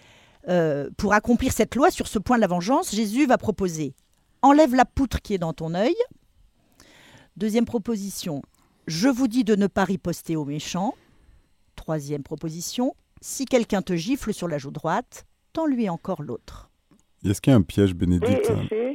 [SPEAKER 2] euh, pour accomplir cette loi sur ce point de la vengeance, Jésus va proposer « enlève la poutre qui est dans ton œil ». Deuxième proposition, « je vous dis de ne pas riposter aux méchants ». Troisième proposition, « si quelqu'un te gifle sur la joue droite, tends-lui encore l'autre ».
[SPEAKER 1] Est-ce qu'il y a un piège, Bénédicte ?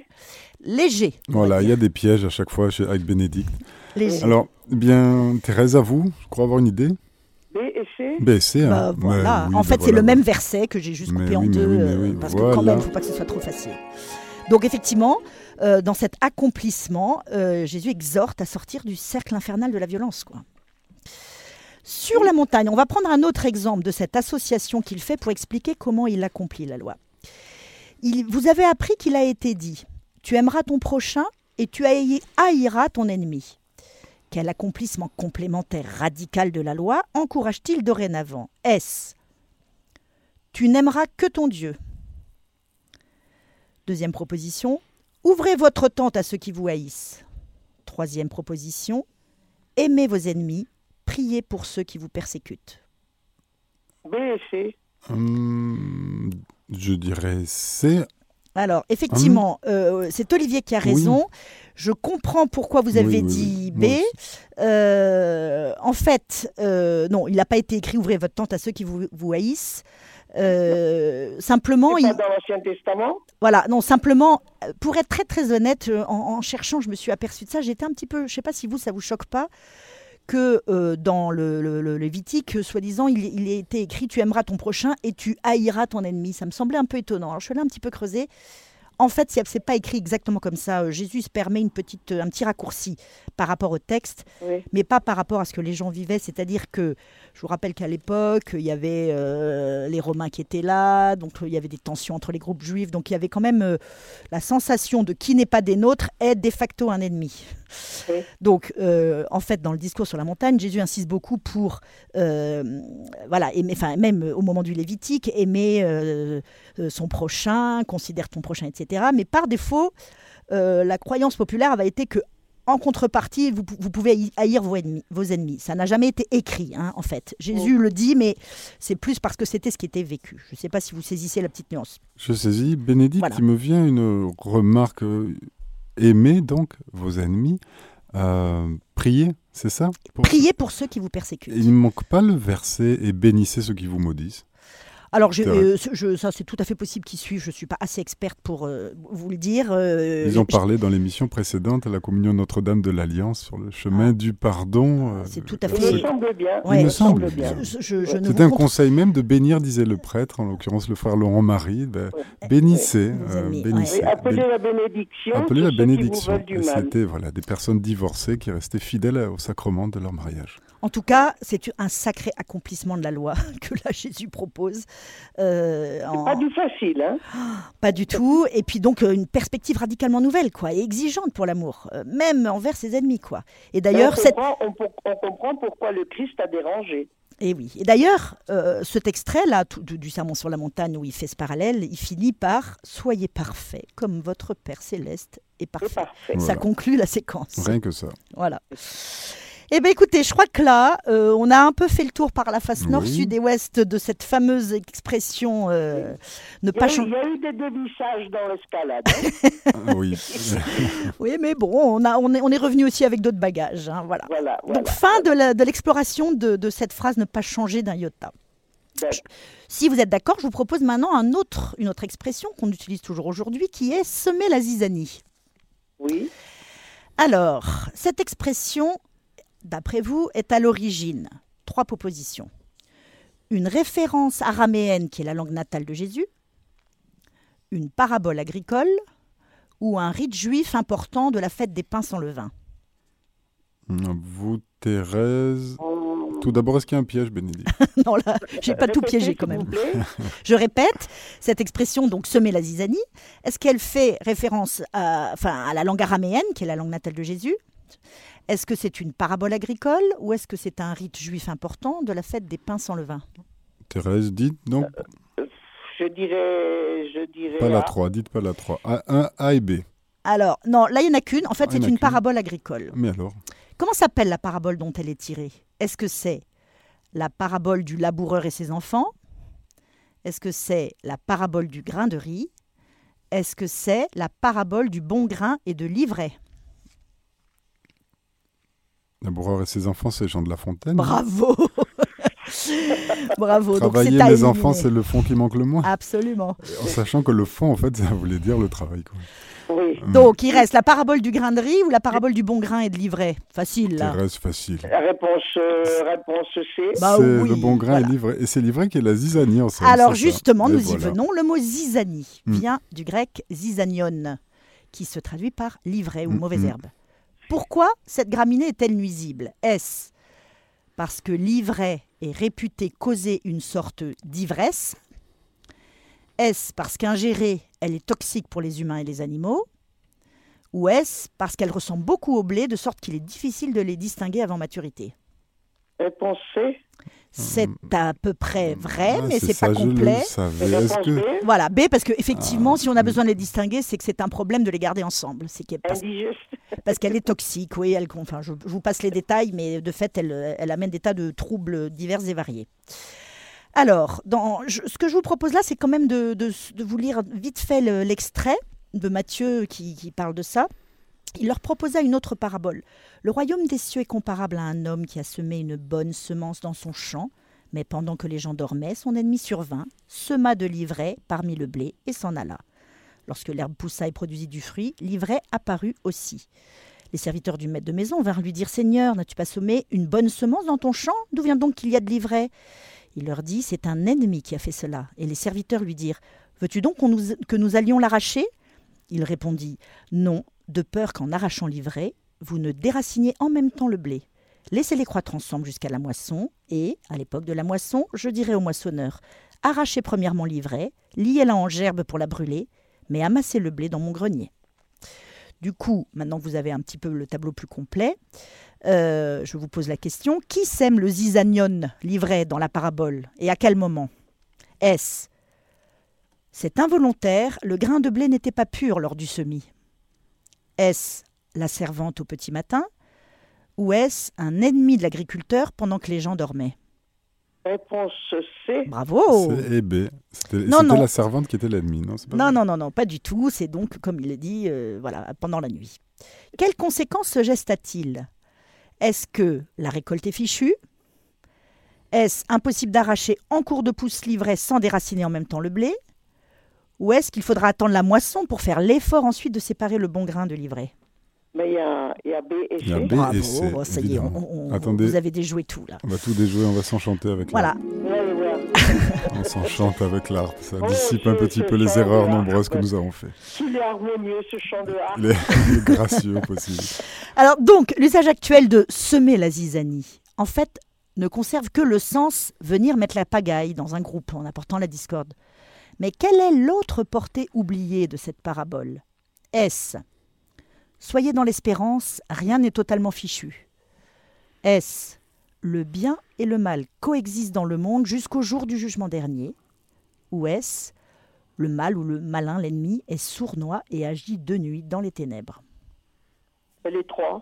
[SPEAKER 2] Léger.
[SPEAKER 1] Voilà, il y a des pièges à chaque fois chez, avec Bénédicte.
[SPEAKER 2] Léger.
[SPEAKER 1] Alors, bien, Thérèse, à vous, je crois avoir une idée.
[SPEAKER 4] B et C.
[SPEAKER 1] B et C,
[SPEAKER 2] bah,
[SPEAKER 1] hein.
[SPEAKER 2] voilà.
[SPEAKER 1] Oui,
[SPEAKER 2] en
[SPEAKER 1] bah,
[SPEAKER 2] fait,
[SPEAKER 1] voilà,
[SPEAKER 2] c'est le
[SPEAKER 1] bah.
[SPEAKER 2] même verset que j'ai juste
[SPEAKER 1] mais
[SPEAKER 2] coupé
[SPEAKER 1] oui,
[SPEAKER 2] en deux,
[SPEAKER 1] oui,
[SPEAKER 2] euh,
[SPEAKER 1] oui,
[SPEAKER 2] parce
[SPEAKER 1] voilà.
[SPEAKER 2] que quand même, il ne faut pas que ce soit trop facile. Donc, effectivement, euh, dans cet accomplissement, euh, Jésus exhorte à sortir du cercle infernal de la violence, quoi. Sur la montagne, on va prendre un autre exemple de cette association qu'il fait pour expliquer comment il accomplit la loi. Il, vous avez appris qu'il a été dit « Tu aimeras ton prochain et tu haïras ton ennemi ». Quel accomplissement complémentaire radical de la loi encourage-t-il dorénavant ? Est-ce « Tu n'aimeras que ton Dieu ». Deuxième proposition « Ouvrez votre tente à ceux qui vous haïssent ». Troisième proposition « Aimez vos ennemis, priez pour ceux qui vous persécutent ».
[SPEAKER 4] B et C.
[SPEAKER 1] Hum, je dirais C.
[SPEAKER 2] Alors, effectivement, hum. euh, c'est Olivier qui a raison. Oui. Je comprends pourquoi vous avez oui, dit oui, oui. B. Euh, en fait, euh, non, il n'a pas été écrit « Ouvrez votre tente à ceux qui vous, vous haïssent ». Euh, simplement,
[SPEAKER 4] c'est pas
[SPEAKER 2] il...
[SPEAKER 4] dans l'Ancien Testament.
[SPEAKER 2] Voilà, non, simplement, pour être très très honnête, en, en cherchant, je me suis aperçue de ça. J'étais un petit peu, je ne sais pas si vous, ça vous choque pas, que euh, dans le, le, le Lévitique, soi-disant, il, il était écrit « Tu aimeras ton prochain et tu haïras ton ennemi ». Ça me semblait un peu étonnant. Alors, je suis allée un petit peu creuser. En fait, ce n'est pas écrit exactement comme ça. Jésus se permet une petite, un petit raccourci par rapport au texte, oui. mais pas par rapport à ce que les gens vivaient. C'est-à-dire que, je vous rappelle qu'à l'époque, il y avait euh, les Romains qui étaient là, donc il y avait des tensions entre les groupes juifs, donc il y avait quand même euh, la sensation de qui n'est pas des nôtres est de facto un ennemi. Oui. Donc, euh, en fait, dans le discours sur la montagne, Jésus insiste beaucoup pour, euh, voilà, aimer, enfin, même au moment du Lévitique, aimer euh, son prochain, considère ton prochain, et cetera. Mais par défaut, euh, la croyance populaire avait été que, en contrepartie, vous, vous pouvez haïr vos ennemis, vos ennemis. Ça n'a jamais été écrit, hein, en fait. Jésus oh. le dit, mais c'est plus parce que c'était ce qui était vécu. Je ne sais pas si vous saisissez la petite nuance.
[SPEAKER 1] Je saisis. Bénédicte, voilà. Il me vient une remarque. Euh, aimer, donc, vos ennemis. Euh, priez, c'est ça pour
[SPEAKER 2] Priez pour ceux qui vous persécutent.
[SPEAKER 1] Il ne manque pas le verset « Et bénissez ceux qui vous maudissent ».
[SPEAKER 2] Alors, je,
[SPEAKER 1] C'est vrai.
[SPEAKER 2] euh, je- ça, c'est tout à fait possible qu'ils suivent. Je ne suis pas assez experte pour euh, vous le dire. Euh,
[SPEAKER 1] Ils ont
[SPEAKER 2] je-
[SPEAKER 1] parlé dans l'émission précédente à la communion Notre-Dame de l'Alliance sur le chemin
[SPEAKER 2] Ah.
[SPEAKER 1] du pardon. euh,
[SPEAKER 2] C'est tout à
[SPEAKER 4] Il
[SPEAKER 2] fait-
[SPEAKER 4] me semble bien.
[SPEAKER 2] Ouais,
[SPEAKER 1] Il me semble
[SPEAKER 4] bien.
[SPEAKER 1] bien.
[SPEAKER 2] je, je- je ne
[SPEAKER 1] C'était
[SPEAKER 2] vous
[SPEAKER 1] un
[SPEAKER 2] contre-
[SPEAKER 1] conseil même de bénir, disait le prêtre, en l'occurrence le frère Laurent Marie. Ben,
[SPEAKER 4] Ouais.
[SPEAKER 1] bénissez,
[SPEAKER 2] Nos
[SPEAKER 1] euh,
[SPEAKER 2] amis,
[SPEAKER 1] bénissez.
[SPEAKER 4] Oui, appelez
[SPEAKER 1] Bé-
[SPEAKER 4] la bénédiction.
[SPEAKER 1] appelez
[SPEAKER 4] sur
[SPEAKER 1] la
[SPEAKER 4] ceux qui vous
[SPEAKER 1] bénédiction.
[SPEAKER 4] veulent du
[SPEAKER 1] Et
[SPEAKER 4] mal.
[SPEAKER 1] c'était voilà, des personnes divorcées qui restaient fidèles au sacrement de leur mariage.
[SPEAKER 2] En tout cas, c'est un sacré accomplissement de la loi que là Jésus propose. Euh, en-
[SPEAKER 4] Pas du facile, hein.
[SPEAKER 2] Pas du tout. Et puis donc euh, une perspective radicalement nouvelle, quoi, et exigeante pour l'amour, euh, même envers ses ennemis, quoi. Et d'ailleurs,
[SPEAKER 4] on,
[SPEAKER 2] cette...
[SPEAKER 4] comprend, on, po- on comprend pourquoi le Christ a dérangé.
[SPEAKER 2] Et oui. Et d'ailleurs, euh, cet extrait-là tout- du, du Sermon sur la montagne où il fait ce parallèle, il finit par « Soyez parfaits, comme votre Père céleste est
[SPEAKER 4] C'est
[SPEAKER 2] parfait
[SPEAKER 4] parfait. ».
[SPEAKER 1] Voilà.
[SPEAKER 2] Ça conclut la séquence.
[SPEAKER 1] Rien que ça.
[SPEAKER 2] Voilà. Eh bien, écoutez, je crois que là, euh, on a un peu fait le tour par la face nord,
[SPEAKER 1] Oui.
[SPEAKER 2] sud et ouest de cette fameuse expression euh, ne
[SPEAKER 4] Il y,
[SPEAKER 2] pas
[SPEAKER 4] a eu, il
[SPEAKER 2] changer.
[SPEAKER 4] y a eu des dévissages dans l'escalade. hein.
[SPEAKER 1] Ah oui.
[SPEAKER 2] Oui, mais bon, on, a, on est, on est revenu aussi avec d'autres bagages. Hein, voilà.
[SPEAKER 4] Voilà, voilà.
[SPEAKER 2] Donc, fin de la- de l'exploration de, de cette phrase ne pas changer d'un iota.
[SPEAKER 4] D'accord.
[SPEAKER 2] Si vous êtes d'accord, je vous propose maintenant un autre, une autre expression qu'on utilise toujours aujourd'hui qui est semer la zizanie.
[SPEAKER 4] Oui.
[SPEAKER 2] Alors, cette expression, d'après vous, est à l'origine. Trois propositions. Une référence araméenne qui est la langue natale de Jésus, une parabole agricole ou un rite juif important de la fête des pains sans levain.
[SPEAKER 1] Vous, Thérèse.
[SPEAKER 4] On-
[SPEAKER 1] Tout d'abord, est-ce qu'il y a un piège, Bénédicte?
[SPEAKER 2] Non, là, j'ai pas tout
[SPEAKER 4] Répétez,
[SPEAKER 2] piégé quand
[SPEAKER 4] s'il vous
[SPEAKER 2] même.
[SPEAKER 4] plaît.
[SPEAKER 2] Je répète, cette expression, donc semer la zizanie, est-ce qu'elle fait référence à, enfin, à la langue araméenne, qui est la langue natale de Jésus? Est-ce que c'est une parabole agricole ou est-ce que c'est un rite juif important de la fête des pains sans levain?
[SPEAKER 1] Thérèse, dites donc
[SPEAKER 4] Je dirais, je dirais.
[SPEAKER 1] pas la
[SPEAKER 4] A.
[SPEAKER 1] trois, dites pas la trois. A, un, A et B.
[SPEAKER 2] Alors, non, là, il n'y en a qu'une. En fait,
[SPEAKER 1] Ah, il y en
[SPEAKER 2] c'est
[SPEAKER 1] a
[SPEAKER 2] une
[SPEAKER 1] qu'une.
[SPEAKER 2] parabole agricole.
[SPEAKER 1] Mais alors?
[SPEAKER 2] Comment s'appelle la parabole dont elle est tirée? Est-ce que c'est la parabole du laboureur et ses enfants? Est-ce que c'est la parabole du grain de riz? Est-ce que c'est la parabole du bon grain et de l'ivraie?
[SPEAKER 1] Laboureur et ses enfants, c'est Jean de La Fontaine.
[SPEAKER 2] Bravo. Bravo. Donc,
[SPEAKER 1] Travailler
[SPEAKER 2] c'est à
[SPEAKER 1] les
[SPEAKER 2] éliminer.
[SPEAKER 1] enfants, c'est le fond qui manque le moins.
[SPEAKER 2] Absolument.
[SPEAKER 1] En sachant que le fond, en fait, ça voulait dire le travail. Quoi.
[SPEAKER 4] Oui.
[SPEAKER 2] Donc, il reste la parabole du grain de riz ou la parabole du bon grain et de l'ivraie? Facile, là.
[SPEAKER 1] Thérèse, facile.
[SPEAKER 4] La réponse, euh, réponse C.
[SPEAKER 2] Bah
[SPEAKER 1] c'est
[SPEAKER 2] oui,
[SPEAKER 1] le bon grain
[SPEAKER 2] voilà.
[SPEAKER 1] et l'ivraie. Et c'est l'ivraie qui est la zizanie en somme,
[SPEAKER 2] Alors
[SPEAKER 1] c'est ça.
[SPEAKER 2] justement,
[SPEAKER 1] Et
[SPEAKER 2] nous
[SPEAKER 1] voilà.
[SPEAKER 2] y venons. Le mot zizanie
[SPEAKER 1] Mm.
[SPEAKER 2] vient du grec zizanion, qui se traduit par l'ivraie ou
[SPEAKER 1] Mm,
[SPEAKER 2] mauvaise
[SPEAKER 1] mm.
[SPEAKER 2] herbe. Pourquoi cette graminée est-elle nuisible? Est-ce parce que l'ivraie est réputée causer une sorte d'ivresse? Est-ce parce qu'ingérée, elle est toxique pour les humains et les animaux? Ou est-ce parce qu'elle ressemble beaucoup au blé, de sorte qu'il est difficile de les distinguer avant maturité?
[SPEAKER 4] Réponse C.
[SPEAKER 2] C'est à peu près vrai,
[SPEAKER 1] Ah,
[SPEAKER 2] mais c'est
[SPEAKER 1] ça,
[SPEAKER 2] pas
[SPEAKER 1] je
[SPEAKER 2] complet.
[SPEAKER 1] le savais.
[SPEAKER 4] Et
[SPEAKER 1] Est-ce
[SPEAKER 4] réponse
[SPEAKER 1] que...
[SPEAKER 4] B.
[SPEAKER 2] Voilà, B, parce qu'effectivement,
[SPEAKER 1] Ah.
[SPEAKER 2] si on a besoin de les distinguer, c'est que c'est un problème de les garder ensemble. C'est qu'elle- parce,
[SPEAKER 4] Indigeste.
[SPEAKER 2] parce qu'elle est toxique, oui. Elle, enfin, je, je vous passe les détails, mais de fait, elle, elle amène des tas de troubles divers et variés. Alors, dans, je- ce que je vous propose là, c'est quand même de, de- de vous lire vite fait le- l'extrait de Matthieu qui, qui parle de ça. Il leur proposa une autre parabole. Le royaume des cieux est comparable à un homme qui a semé une bonne semence dans son champ. Mais pendant que les gens dormaient, son ennemi survint, sema de l'ivraie parmi le blé et s'en alla. Lorsque l'herbe poussa et produisit du fruit, l'ivraie apparut aussi. Les serviteurs du maître de maison vinrent lui dire « Seigneur, n'as-tu pas semé une bonne semence dans ton champ? D'où vient donc qu'il y a de l'ivraie ?» Il leur dit « C'est un ennemi qui a fait cela. » Et les serviteurs lui dirent « Veux-tu donc qu'on nous, que nous allions l'arracher ?» Il répondit « Non, de peur qu'en arrachant l'ivraie, vous ne déraciniez en même temps le blé. Laissez-les croître ensemble jusqu'à la moisson, et, à l'époque de la moisson, je dirai au moissonneur, arrachez premièrement l'ivraie, liez-la en gerbe pour la brûler, mais amassez le blé dans mon grenier. » Du coup, maintenant que vous avez un petit peu le tableau plus complet, euh, je vous pose la question, qui sème le zizanion, l'ivraie, dans la parabole, et à quel moment? Est-ce c'est involontaire, le grain de blé n'était pas pur lors du semis? Est-ce la servante au petit matin? Ou est-ce un ennemi de l'agriculteur pendant que les gens dormaient?
[SPEAKER 4] Réponse C.
[SPEAKER 2] Bravo!
[SPEAKER 1] C'est et B. C'était
[SPEAKER 2] Non,
[SPEAKER 1] c'était
[SPEAKER 2] non.
[SPEAKER 1] la servante qui était l'ennemi, non c'est pas
[SPEAKER 2] Non,
[SPEAKER 1] vrai
[SPEAKER 2] non, non, non, pas du tout. C'est donc, comme il l'a dit, euh, voilà, pendant la nuit. Quelles conséquences ce geste a-t-il? Est-ce que la récolte est fichue? Est-ce impossible d'arracher en cours de pousse l'ivraie sans déraciner en même temps le blé? Ou est-ce qu'il faudra attendre la moisson pour faire l'effort ensuite de séparer le bon grain de l'ivraie?
[SPEAKER 4] Mais il y a, il y a B et C.
[SPEAKER 1] Il y a B
[SPEAKER 2] Bravo,
[SPEAKER 1] et C,
[SPEAKER 2] oh, ça y est,
[SPEAKER 1] évidemment.
[SPEAKER 2] on- on-
[SPEAKER 1] Attendez.
[SPEAKER 2] vous avez déjoué tout là.
[SPEAKER 1] On va tout déjouer, on va s'enchanter avec
[SPEAKER 2] Voilà.
[SPEAKER 4] Ouais, voilà.
[SPEAKER 1] l'arpe. On s'enchante avec l'arpe. Ça
[SPEAKER 4] Oh,
[SPEAKER 1] dissipe un
[SPEAKER 4] ce-
[SPEAKER 1] petit
[SPEAKER 4] ce
[SPEAKER 1] peu les
[SPEAKER 4] chant
[SPEAKER 1] erreurs
[SPEAKER 4] de harpe.
[SPEAKER 1] nombreuses que nous avons fait.
[SPEAKER 4] Qu'il est harmonieux, ce chant de harpe.
[SPEAKER 1] Il est, il est gracieux au possible.
[SPEAKER 2] Alors donc, l'usage actuel de semer la zizanie, en fait, ne conserve que le sens venir mettre la pagaille dans un groupe en apportant la discorde. Mais quelle est l'autre portée oubliée de cette parabole? Est-ce soyez dans l'espérance, rien n'est totalement fichu? Est-ce le bien et le mal coexistent dans le monde jusqu'au jour du jugement dernier? Ou est-ce le mal ou le malin, l'ennemi, est sournois et agit de nuit dans les ténèbres?
[SPEAKER 4] Les trois.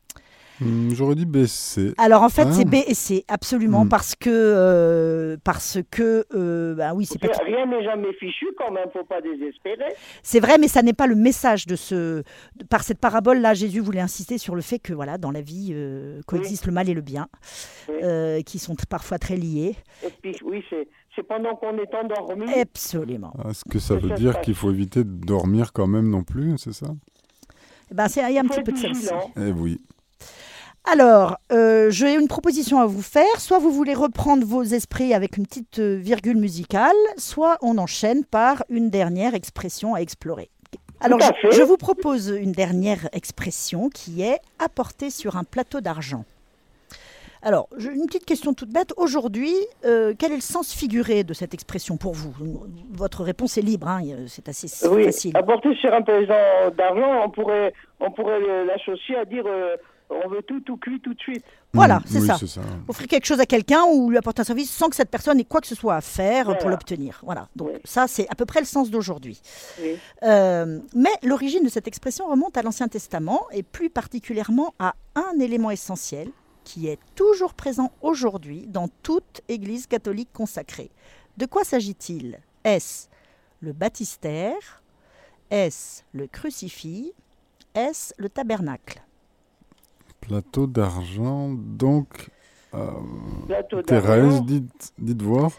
[SPEAKER 1] Hum, J'aurais dit B, C.
[SPEAKER 2] Alors en fait,
[SPEAKER 1] Ah.
[SPEAKER 2] c'est B et C, absolument,
[SPEAKER 1] Hmm.
[SPEAKER 2] parce que, euh, parce que, euh, bah oui, c'est pas.
[SPEAKER 4] Rien n'est jamais fichu quand même, faut pas désespérer.
[SPEAKER 2] C'est vrai, mais ça n'est pas le message de ce. de- par cette parabole-là, Jésus voulait insister sur le fait que, voilà, dans la vie euh, coexistent le mal et le bien,
[SPEAKER 4] Oui.
[SPEAKER 2] euh, qui sont t- parfois très liés.
[SPEAKER 4] Et puis, oui, c'est, c'est pendant qu'on est endormi.
[SPEAKER 2] Absolument.
[SPEAKER 1] Est-ce que ça
[SPEAKER 4] Que
[SPEAKER 1] veut
[SPEAKER 4] ça se
[SPEAKER 1] dire
[SPEAKER 4] passe.
[SPEAKER 1] qu'il faut éviter de dormir quand même non plus, c'est ça?
[SPEAKER 2] Eh ben, c'est- il y a un
[SPEAKER 4] Il faut
[SPEAKER 2] petit
[SPEAKER 4] être
[SPEAKER 2] peu de ça aussi.
[SPEAKER 4] vigilant.
[SPEAKER 1] Eh oui.
[SPEAKER 2] Alors, euh, j'ai une proposition à vous faire. Soit vous voulez reprendre vos esprits avec une petite euh, virgule musicale, soit on enchaîne par une dernière expression à explorer. Alors,
[SPEAKER 4] à
[SPEAKER 2] je,
[SPEAKER 4] fait.
[SPEAKER 2] je vous propose une dernière expression qui est apportée sur un plateau d'argent. Alors, je- une petite question toute bête. Aujourd'hui, euh, quel est le sens figuré de cette expression pour vous? Votre réponse est libre, hein, c'est assez s-
[SPEAKER 4] Oui,
[SPEAKER 2] facile.
[SPEAKER 4] apporter sur un pesant d'argent, on pourrait, on pourrait le- l'associer à dire euh, on veut tout, tout cuit, tout de suite.
[SPEAKER 2] Voilà,
[SPEAKER 1] Hum,
[SPEAKER 2] c'est
[SPEAKER 1] oui,
[SPEAKER 2] ça.
[SPEAKER 1] c'est ça.
[SPEAKER 2] Offrir quelque chose à quelqu'un ou lui apporter un service sans que cette personne ait quoi que ce soit à faire
[SPEAKER 4] Voilà.
[SPEAKER 2] pour l'obtenir. Voilà. Donc
[SPEAKER 4] Oui.
[SPEAKER 2] ça, c'est à peu près le sens d'aujourd'hui.
[SPEAKER 4] Oui.
[SPEAKER 2] Euh, mais l'origine de cette expression remonte à l'Ancien Testament et plus particulièrement à un élément essentiel qui est toujours présent aujourd'hui dans toute Église catholique consacrée. De quoi s'agit-il? Est-ce le baptistère? Est-ce le crucifix? Est-ce le tabernacle?
[SPEAKER 1] Plateau d'argent, donc... euh,
[SPEAKER 4] Plateau
[SPEAKER 1] Thérèse,
[SPEAKER 4] d'argent.
[SPEAKER 1] dites, dites voir.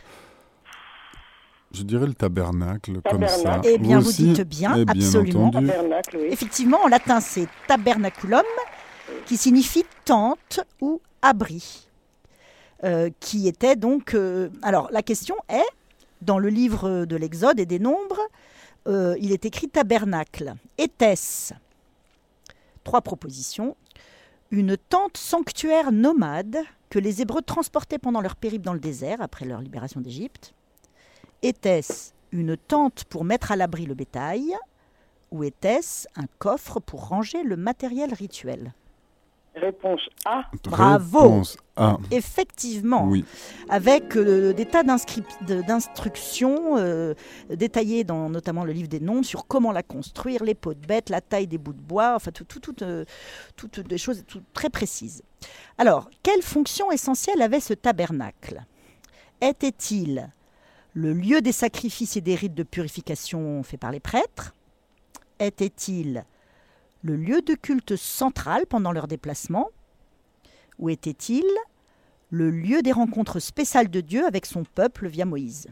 [SPEAKER 1] Je dirais le tabernacle, comme ça.
[SPEAKER 4] Tabernacle.
[SPEAKER 2] Eh bien, vous
[SPEAKER 1] aussi
[SPEAKER 2] dites bien,
[SPEAKER 1] Eh bien
[SPEAKER 2] absolument.
[SPEAKER 1] entendu.
[SPEAKER 4] Tabernacle, oui.
[SPEAKER 2] Effectivement, en latin, c'est tabernaculum, qui signifie tente ou abri. Euh, qui était donc... euh, alors, la question est, dans le livre de l'Exode et des Nombres, euh, il est écrit tabernacle. Était-ce, trois propositions, une tente sanctuaire nomade que les Hébreux transportaient pendant leur périple dans le désert, après leur libération d'Égypte? Était-ce une tente pour mettre à l'abri le bétail? Ou était-ce un coffre pour ranger le matériel rituel?
[SPEAKER 4] Réponse A.
[SPEAKER 2] Bravo.
[SPEAKER 1] Réponse A.
[SPEAKER 2] Effectivement,
[SPEAKER 1] Oui.
[SPEAKER 2] avec euh, des tas d'inscrip- de- d'instructions euh, détaillées dans notamment le livre des Nombres sur comment la construire, les peaux de bête, la taille des bouts de bois, enfin tout- tout- tout, euh, toutes des choses tout- très précises. Alors, quelle fonction essentielle avait ce tabernacle? Était-il le lieu des sacrifices et des rites de purification faits par les prêtres? Était-il le lieu de culte central pendant leur déplacement? Ou était-il le lieu des rencontres spéciales de Dieu avec son peuple via Moïse?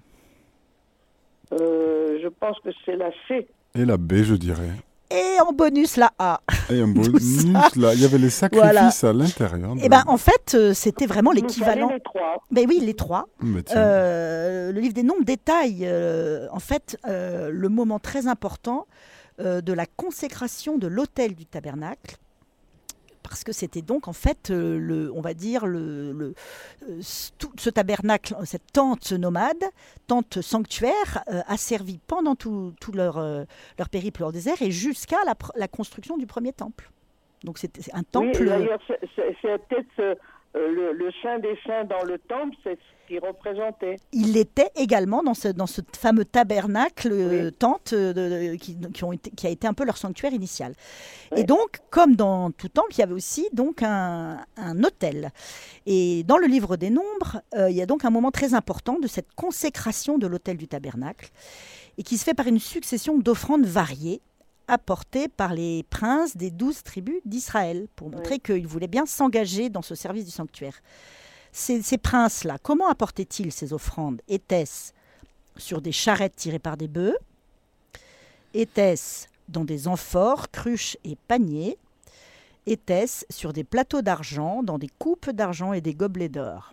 [SPEAKER 4] Euh, je pense que c'est la C.
[SPEAKER 1] Et la B, je dirais.
[SPEAKER 2] Et en bonus, la A.
[SPEAKER 1] Et un
[SPEAKER 2] Tout
[SPEAKER 1] bonus,
[SPEAKER 2] ça.
[SPEAKER 1] là. Il y avait les sacrifices à l'intérieur. de-
[SPEAKER 2] Eh bien, en fait, euh, c'était vraiment
[SPEAKER 4] Il nous fallait
[SPEAKER 2] l'équivalent.
[SPEAKER 4] les trois.
[SPEAKER 2] Ben oui, les trois.
[SPEAKER 1] Mais tiens.
[SPEAKER 2] Euh, le livre des Nombres détaille, euh, en fait, euh, le moment très important euh, de la consécration de l'autel du tabernacle. Parce que c'était donc, en fait, euh, le, on va dire, le, le, euh, c- tout ce tabernacle, cette tente nomade, tente sanctuaire, euh, a servi pendant tout, tout leur, euh, leur périple hors désert et jusqu'à la, pr- la construction du premier temple. Donc c'était un
[SPEAKER 4] Oui,
[SPEAKER 2] temple.
[SPEAKER 4] d'ailleurs, c'est, c'est- c'est peut-être euh, le, le Saint des Saints dans le temple, c'est ce qu'il représentait.
[SPEAKER 2] Il l'était également dans ce, dans ce fameux tabernacle, euh,
[SPEAKER 4] Oui.
[SPEAKER 2] tente, euh, de- de- qui, qui ont été, qui a été un peu leur sanctuaire initial.
[SPEAKER 4] Oui.
[SPEAKER 2] Et donc, comme dans tout temple, il y avait aussi donc un, un autel. Et dans le livre des Nombres, euh, il y a donc un moment très important de cette consécration de l'autel du tabernacle, et qui se fait par une succession d'offrandes variées, apportées par les princes des douze tribus d'Israël, pour montrer qu'ils voulaient bien s'engager dans ce service du sanctuaire. ces, ces princes-là, comment apportaient-ils ces offrandes? Était-ce sur des charrettes tirées par des bœufs? Était-ce dans des amphores, cruches et paniers? Était-ce sur des plateaux d'argent, dans des coupes d'argent et des gobelets d'or?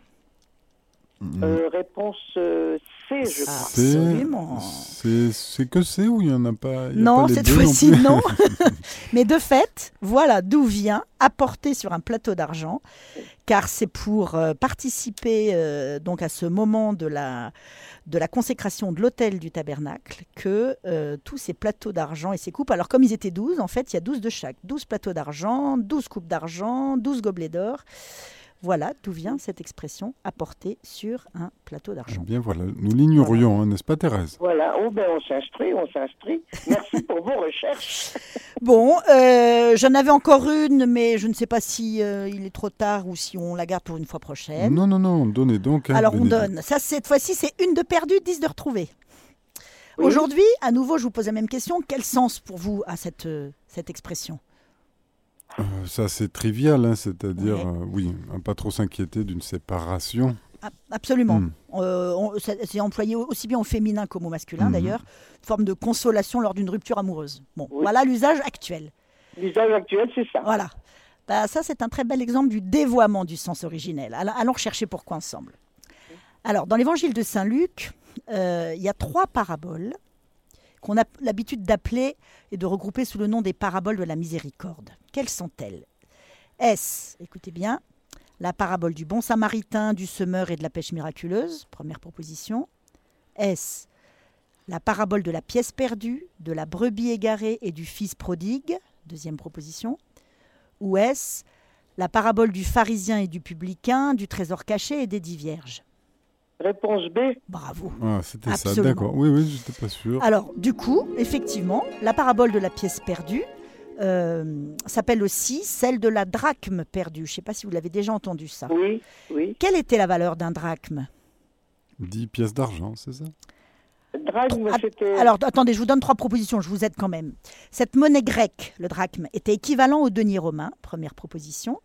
[SPEAKER 4] Euh, réponse euh, C, je crois.
[SPEAKER 1] C'est-
[SPEAKER 2] Absolument.
[SPEAKER 1] C'est c'est que c'est ou il n'y en a pas il y a
[SPEAKER 2] Non,
[SPEAKER 1] pas les
[SPEAKER 2] cette
[SPEAKER 1] deux
[SPEAKER 2] fois-ci,
[SPEAKER 1] plus
[SPEAKER 2] non. Mais de fait, voilà d'où vient apporter sur un plateau d'argent, car c'est pour euh, participer euh, donc à ce moment de la, de la consécration de l'autel du tabernacle que euh, tous ces plateaux d'argent et ces coupes, alors comme ils étaient douze, en fait, il y a douze de chaque. douze plateaux d'argent, douze coupes d'argent, douze gobelets d'or. Voilà d'où vient cette expression apporter sur un plateau
[SPEAKER 1] Eh
[SPEAKER 2] d'argent.
[SPEAKER 1] bien voilà, nous l'ignorions, hein, n'est-ce pas Thérèse?
[SPEAKER 4] Voilà, oh, ben, on s'instruit, on s'instruit. Merci pour vos recherches.
[SPEAKER 2] Bon, euh, j'en avais encore une, mais je ne sais pas si euh, il est trop tard ou si on la garde pour une fois prochaine.
[SPEAKER 1] Non, non, non, donnez donc. hein,
[SPEAKER 2] Alors on
[SPEAKER 1] Bénédicte.
[SPEAKER 2] donne. Ça, cette fois-ci, c'est une de perdue, dix de retrouvée.
[SPEAKER 4] Oui.
[SPEAKER 2] Aujourd'hui, à nouveau, je vous pose la même question. Quel sens pour vous a cette, euh, cette expression?
[SPEAKER 1] Euh, ça c'est trivial, hein, c'est-à-dire,
[SPEAKER 2] Ouais.
[SPEAKER 1] euh, oui, à pas trop s'inquiéter d'une séparation.
[SPEAKER 2] Ah, absolument.
[SPEAKER 1] Hmm.
[SPEAKER 2] Euh, on- ça- c'est employé aussi bien au féminin qu'au masculin,
[SPEAKER 1] Mhm.
[SPEAKER 2] d'ailleurs. Forme de consolation lors d'une rupture amoureuse. Bon,
[SPEAKER 4] Oui.
[SPEAKER 2] voilà l'usage actuel.
[SPEAKER 4] L'usage actuel, c'est ça.
[SPEAKER 2] Voilà. Bah, ça, c'est un très bel exemple du dévoiement du sens originel. Allons allons rechercher pourquoi ensemble. Alors, dans l'évangile de Saint Luc, euh, il y a trois paraboles qu'on a l'habitude d'appeler et de regrouper sous le nom des paraboles de la miséricorde. Quelles sont-elles? Est-ce, écoutez bien, la parabole du bon samaritain, du semeur et de la pêche miraculeuse, première proposition. Est-ce la parabole de la pièce perdue, de la brebis égarée et du fils prodigue, deuxième proposition. Ou est-ce la parabole du pharisien et du publicain, du trésor caché et des dix vierges?
[SPEAKER 4] Réponse B.
[SPEAKER 2] Bravo.
[SPEAKER 1] Ah, c'était ça,
[SPEAKER 2] Absolument.
[SPEAKER 1] d'accord. Oui, oui, j'étais pas sûr.
[SPEAKER 2] Alors, du coup, effectivement, la parabole de la pièce perdue euh, s'appelle aussi celle de la drachme perdue. Je ne sais pas si vous l'avez déjà entendu ça.
[SPEAKER 4] Oui, oui.
[SPEAKER 2] Quelle était la valeur d'un drachme?
[SPEAKER 1] dix pièces d'argent, c'est ça?
[SPEAKER 4] Drachme,
[SPEAKER 2] Ah,
[SPEAKER 4] c'était.
[SPEAKER 2] Alors, attendez, je vous donne trois propositions, je vous aide quand même. Cette monnaie grecque, le drachme, était équivalent au denier romain, première proposition.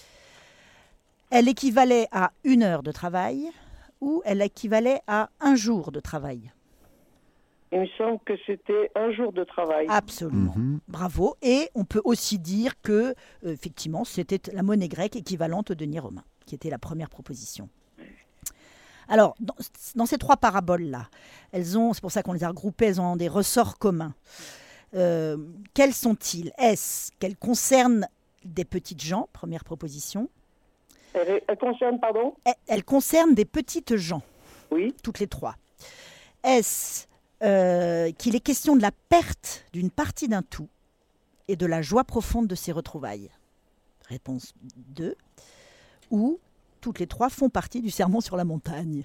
[SPEAKER 2] Elle équivalait à une heure de travail ou elle équivalait à un jour de travail.
[SPEAKER 4] Il me semble que c'était un jour de travail.
[SPEAKER 2] Absolument.
[SPEAKER 1] Mhm.
[SPEAKER 2] Bravo. Et on peut aussi dire que, euh, effectivement, c'était la monnaie grecque équivalente au denier romain, qui était la première proposition. Alors, dans, dans ces trois paraboles-là, elles ont, c'est pour ça qu'on les a regroupées, elles ont des ressorts communs. Euh, quels sont-ils? Est-ce qu'elles concernent des petites gens, première proposition?
[SPEAKER 4] Elle, elle concerne, pardon?
[SPEAKER 2] Elles- Elles concernent des petites gens,
[SPEAKER 4] Oui.
[SPEAKER 2] toutes les trois. Est-ce euh, qu'il est question de la perte d'une partie d'un tout et de la joie profonde de ses retrouvailles? Réponse deux. Ou toutes les trois font partie du sermon sur la montagne.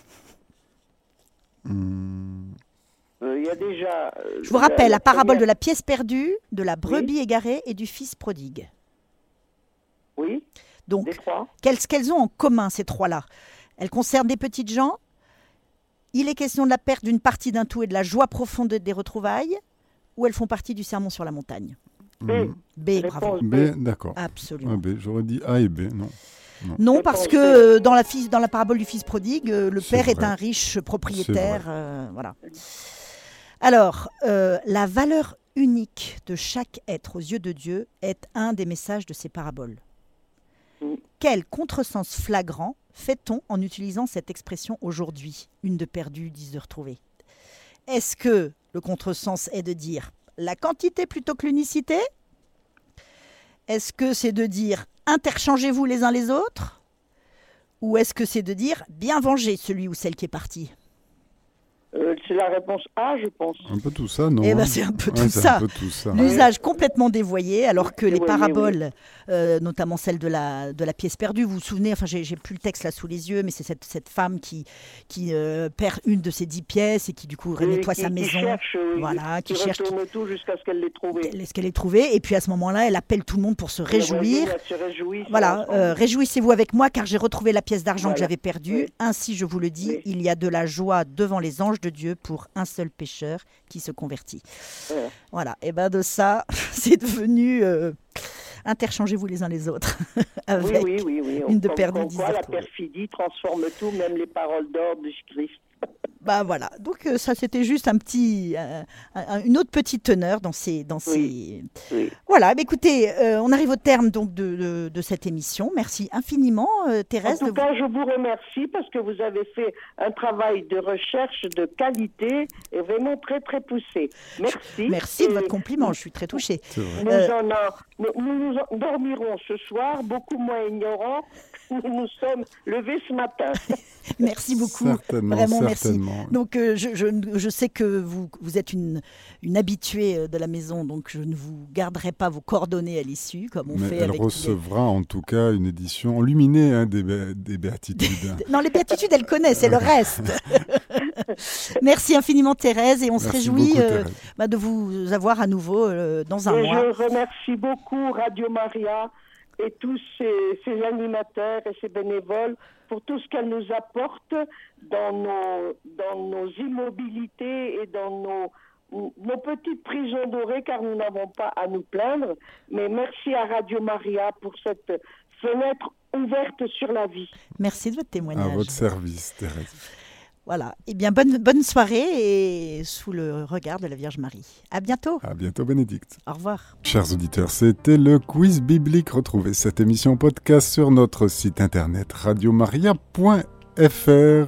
[SPEAKER 1] Hmm.
[SPEAKER 4] Euh, Il y a déjà. euh,
[SPEAKER 2] Je vous rappelle la parabole de
[SPEAKER 4] première-
[SPEAKER 2] la pièce perdue, de la brebis égarée et du fils prodigue.
[SPEAKER 4] Oui,
[SPEAKER 2] Donc,
[SPEAKER 4] des trois.
[SPEAKER 2] qu'elles, qu'elles ont en commun ces trois-là? Elles concernent des petites gens. Il est question de la perte d'une partie d'un tout et de la joie profonde des retrouvailles. Ou elles font partie du sermon sur la montagne?
[SPEAKER 4] B.
[SPEAKER 1] Hmm.
[SPEAKER 2] B,
[SPEAKER 4] Réponse
[SPEAKER 2] bravo.
[SPEAKER 1] B, d'accord.
[SPEAKER 2] Absolument.
[SPEAKER 1] Ah, B, j'aurais dit A et B, non.
[SPEAKER 2] Non, parce
[SPEAKER 4] Réponse
[SPEAKER 2] que
[SPEAKER 4] B.
[SPEAKER 2] euh, dans la, fils- dans la parabole du fils prodigue, euh, le
[SPEAKER 1] C'est
[SPEAKER 2] père est
[SPEAKER 1] vrai.
[SPEAKER 2] un riche
[SPEAKER 1] C'est
[SPEAKER 2] propriétaire.
[SPEAKER 1] vrai.
[SPEAKER 2] euh, voilà. Alors, euh, la valeur unique de chaque être aux yeux de Dieu est un des messages de ces paraboles.
[SPEAKER 4] Mm.
[SPEAKER 2] Quel contresens flagrant fait-on en utilisant cette expression aujourd'hui? Une de perdue, dix de retrouvée. Est-ce que le contresens est de dire la quantité plutôt que l'unicité? Est-ce que c'est de dire interchangez-vous les uns les autres? Ou est-ce que c'est de dire bien venger celui ou celle qui est parti?
[SPEAKER 4] Euh, c'est la réponse A, je pense.
[SPEAKER 1] Un peu tout ça, non?
[SPEAKER 2] Eh ben,
[SPEAKER 1] hein
[SPEAKER 2] c'est un peu
[SPEAKER 1] Ouais,
[SPEAKER 2] tout
[SPEAKER 1] c'est
[SPEAKER 2] ça.
[SPEAKER 1] un peu tout ça.
[SPEAKER 2] L'usage complètement dévoyé, alors que les
[SPEAKER 4] Dévoyé,
[SPEAKER 2] paraboles, euh, notamment celle de la, de la pièce perdue, vous vous souvenez, enfin j'ai j'ai plus le texte là sous les yeux, mais c'est cette, cette femme qui, qui euh, perd une de ses dix pièces et qui du coup
[SPEAKER 4] Oui,
[SPEAKER 2] nettoie
[SPEAKER 4] qui-
[SPEAKER 2] sa
[SPEAKER 4] qui
[SPEAKER 2] maison.
[SPEAKER 4] cherche, euh,
[SPEAKER 2] Voilà, qui cherche,
[SPEAKER 4] retourne tout jusqu'à ce qu'elle l'ait trouvé.
[SPEAKER 2] Est-ce qu'elle est trouvée? Et puis à ce moment-là, elle appelle tout le monde pour se réjouir.
[SPEAKER 4] Elle se réjouit.
[SPEAKER 2] Voilà,
[SPEAKER 4] ensemble.
[SPEAKER 2] euh, réjouissez-vous avec moi car j'ai retrouvé la pièce d'argent que
[SPEAKER 4] Voilà.
[SPEAKER 2] j'avais perdue.
[SPEAKER 4] Oui.
[SPEAKER 2] Ainsi, je vous le dis,
[SPEAKER 4] Oui.
[SPEAKER 2] il y a de la joie devant les anges de Dieu pour un seul pécheur qui se convertit.
[SPEAKER 4] Voilà.
[SPEAKER 2] Voilà, et ben de ça, c'est devenu euh, interchangez-vous les uns les autres
[SPEAKER 4] Oui,
[SPEAKER 2] avec
[SPEAKER 4] oui, oui, oui.
[SPEAKER 2] une de
[SPEAKER 4] Comme-
[SPEAKER 2] perdue,
[SPEAKER 4] comme
[SPEAKER 2] dix
[SPEAKER 4] quoi,
[SPEAKER 2] de
[SPEAKER 4] la
[SPEAKER 2] retrouvée.
[SPEAKER 4] perfidie transforme tout, même les paroles d'ordre du Christ.
[SPEAKER 2] Bah voilà, donc euh, ça c'était juste un petit, euh, un- une autre petite teneur dans ces, dans ces...
[SPEAKER 4] Oui.
[SPEAKER 2] Voilà, bah écoutez, euh, on arrive au terme donc de, de, de cette émission. Merci infiniment euh,
[SPEAKER 4] En
[SPEAKER 2] Thérèse.
[SPEAKER 4] tout
[SPEAKER 2] de
[SPEAKER 4] cas, je vous remercie parce que vous avez fait un travail de recherche de qualité et vraiment très, très poussé. Merci.
[SPEAKER 2] Merci de
[SPEAKER 4] Et
[SPEAKER 2] votre compliment, je suis très touchée.
[SPEAKER 1] C'est vrai.
[SPEAKER 4] Nous,
[SPEAKER 2] Euh,
[SPEAKER 4] en a- nous, nous nous en dormirons ce soir, beaucoup moins ignorants. Nous nous sommes levés ce matin.
[SPEAKER 2] Merci beaucoup,
[SPEAKER 1] Certainement,
[SPEAKER 2] vraiment merci.
[SPEAKER 1] certainement.
[SPEAKER 2] Donc euh, je, je, je sais que vous, vous êtes une, une habituée euh, de la maison, donc je ne vous garderai pas vos coordonnées à l'issue, comme on
[SPEAKER 1] Mais
[SPEAKER 2] fait
[SPEAKER 1] elle
[SPEAKER 2] avec tous les-
[SPEAKER 1] recevra en tout cas une édition enluminée hein, des, bé- des béatitudes.
[SPEAKER 2] Non, les béatitudes, elle connaît, c'est le reste. Merci infiniment Thérèse et on se
[SPEAKER 1] Merci
[SPEAKER 2] réjouit
[SPEAKER 1] beaucoup,
[SPEAKER 2] euh,
[SPEAKER 1] Thérèse.
[SPEAKER 2] bah, de vous avoir à nouveau euh, dans un
[SPEAKER 4] Et
[SPEAKER 2] mois.
[SPEAKER 4] je remercie beaucoup Radio Maria et tous ces, ces animateurs et ces bénévoles pour tout ce qu'elles nous apportent dans nos, dans nos immobilités et dans nos, nos petites prisons dorées, car nous n'avons pas à nous plaindre. Mais merci à Radio Maria pour cette fenêtre ouverte sur la vie.
[SPEAKER 2] Merci de votre
[SPEAKER 1] À
[SPEAKER 2] témoignage.
[SPEAKER 1] votre service, Thérèse.
[SPEAKER 2] Voilà. Eh bien, bonne, bonne soirée et sous le regard de la Vierge Marie. À bientôt.
[SPEAKER 1] À bientôt, Bénédicte.
[SPEAKER 2] Au revoir.
[SPEAKER 1] Chers auditeurs, c'était le quiz biblique. Retrouvez cette émission podcast sur notre site internet radiomaria point f r.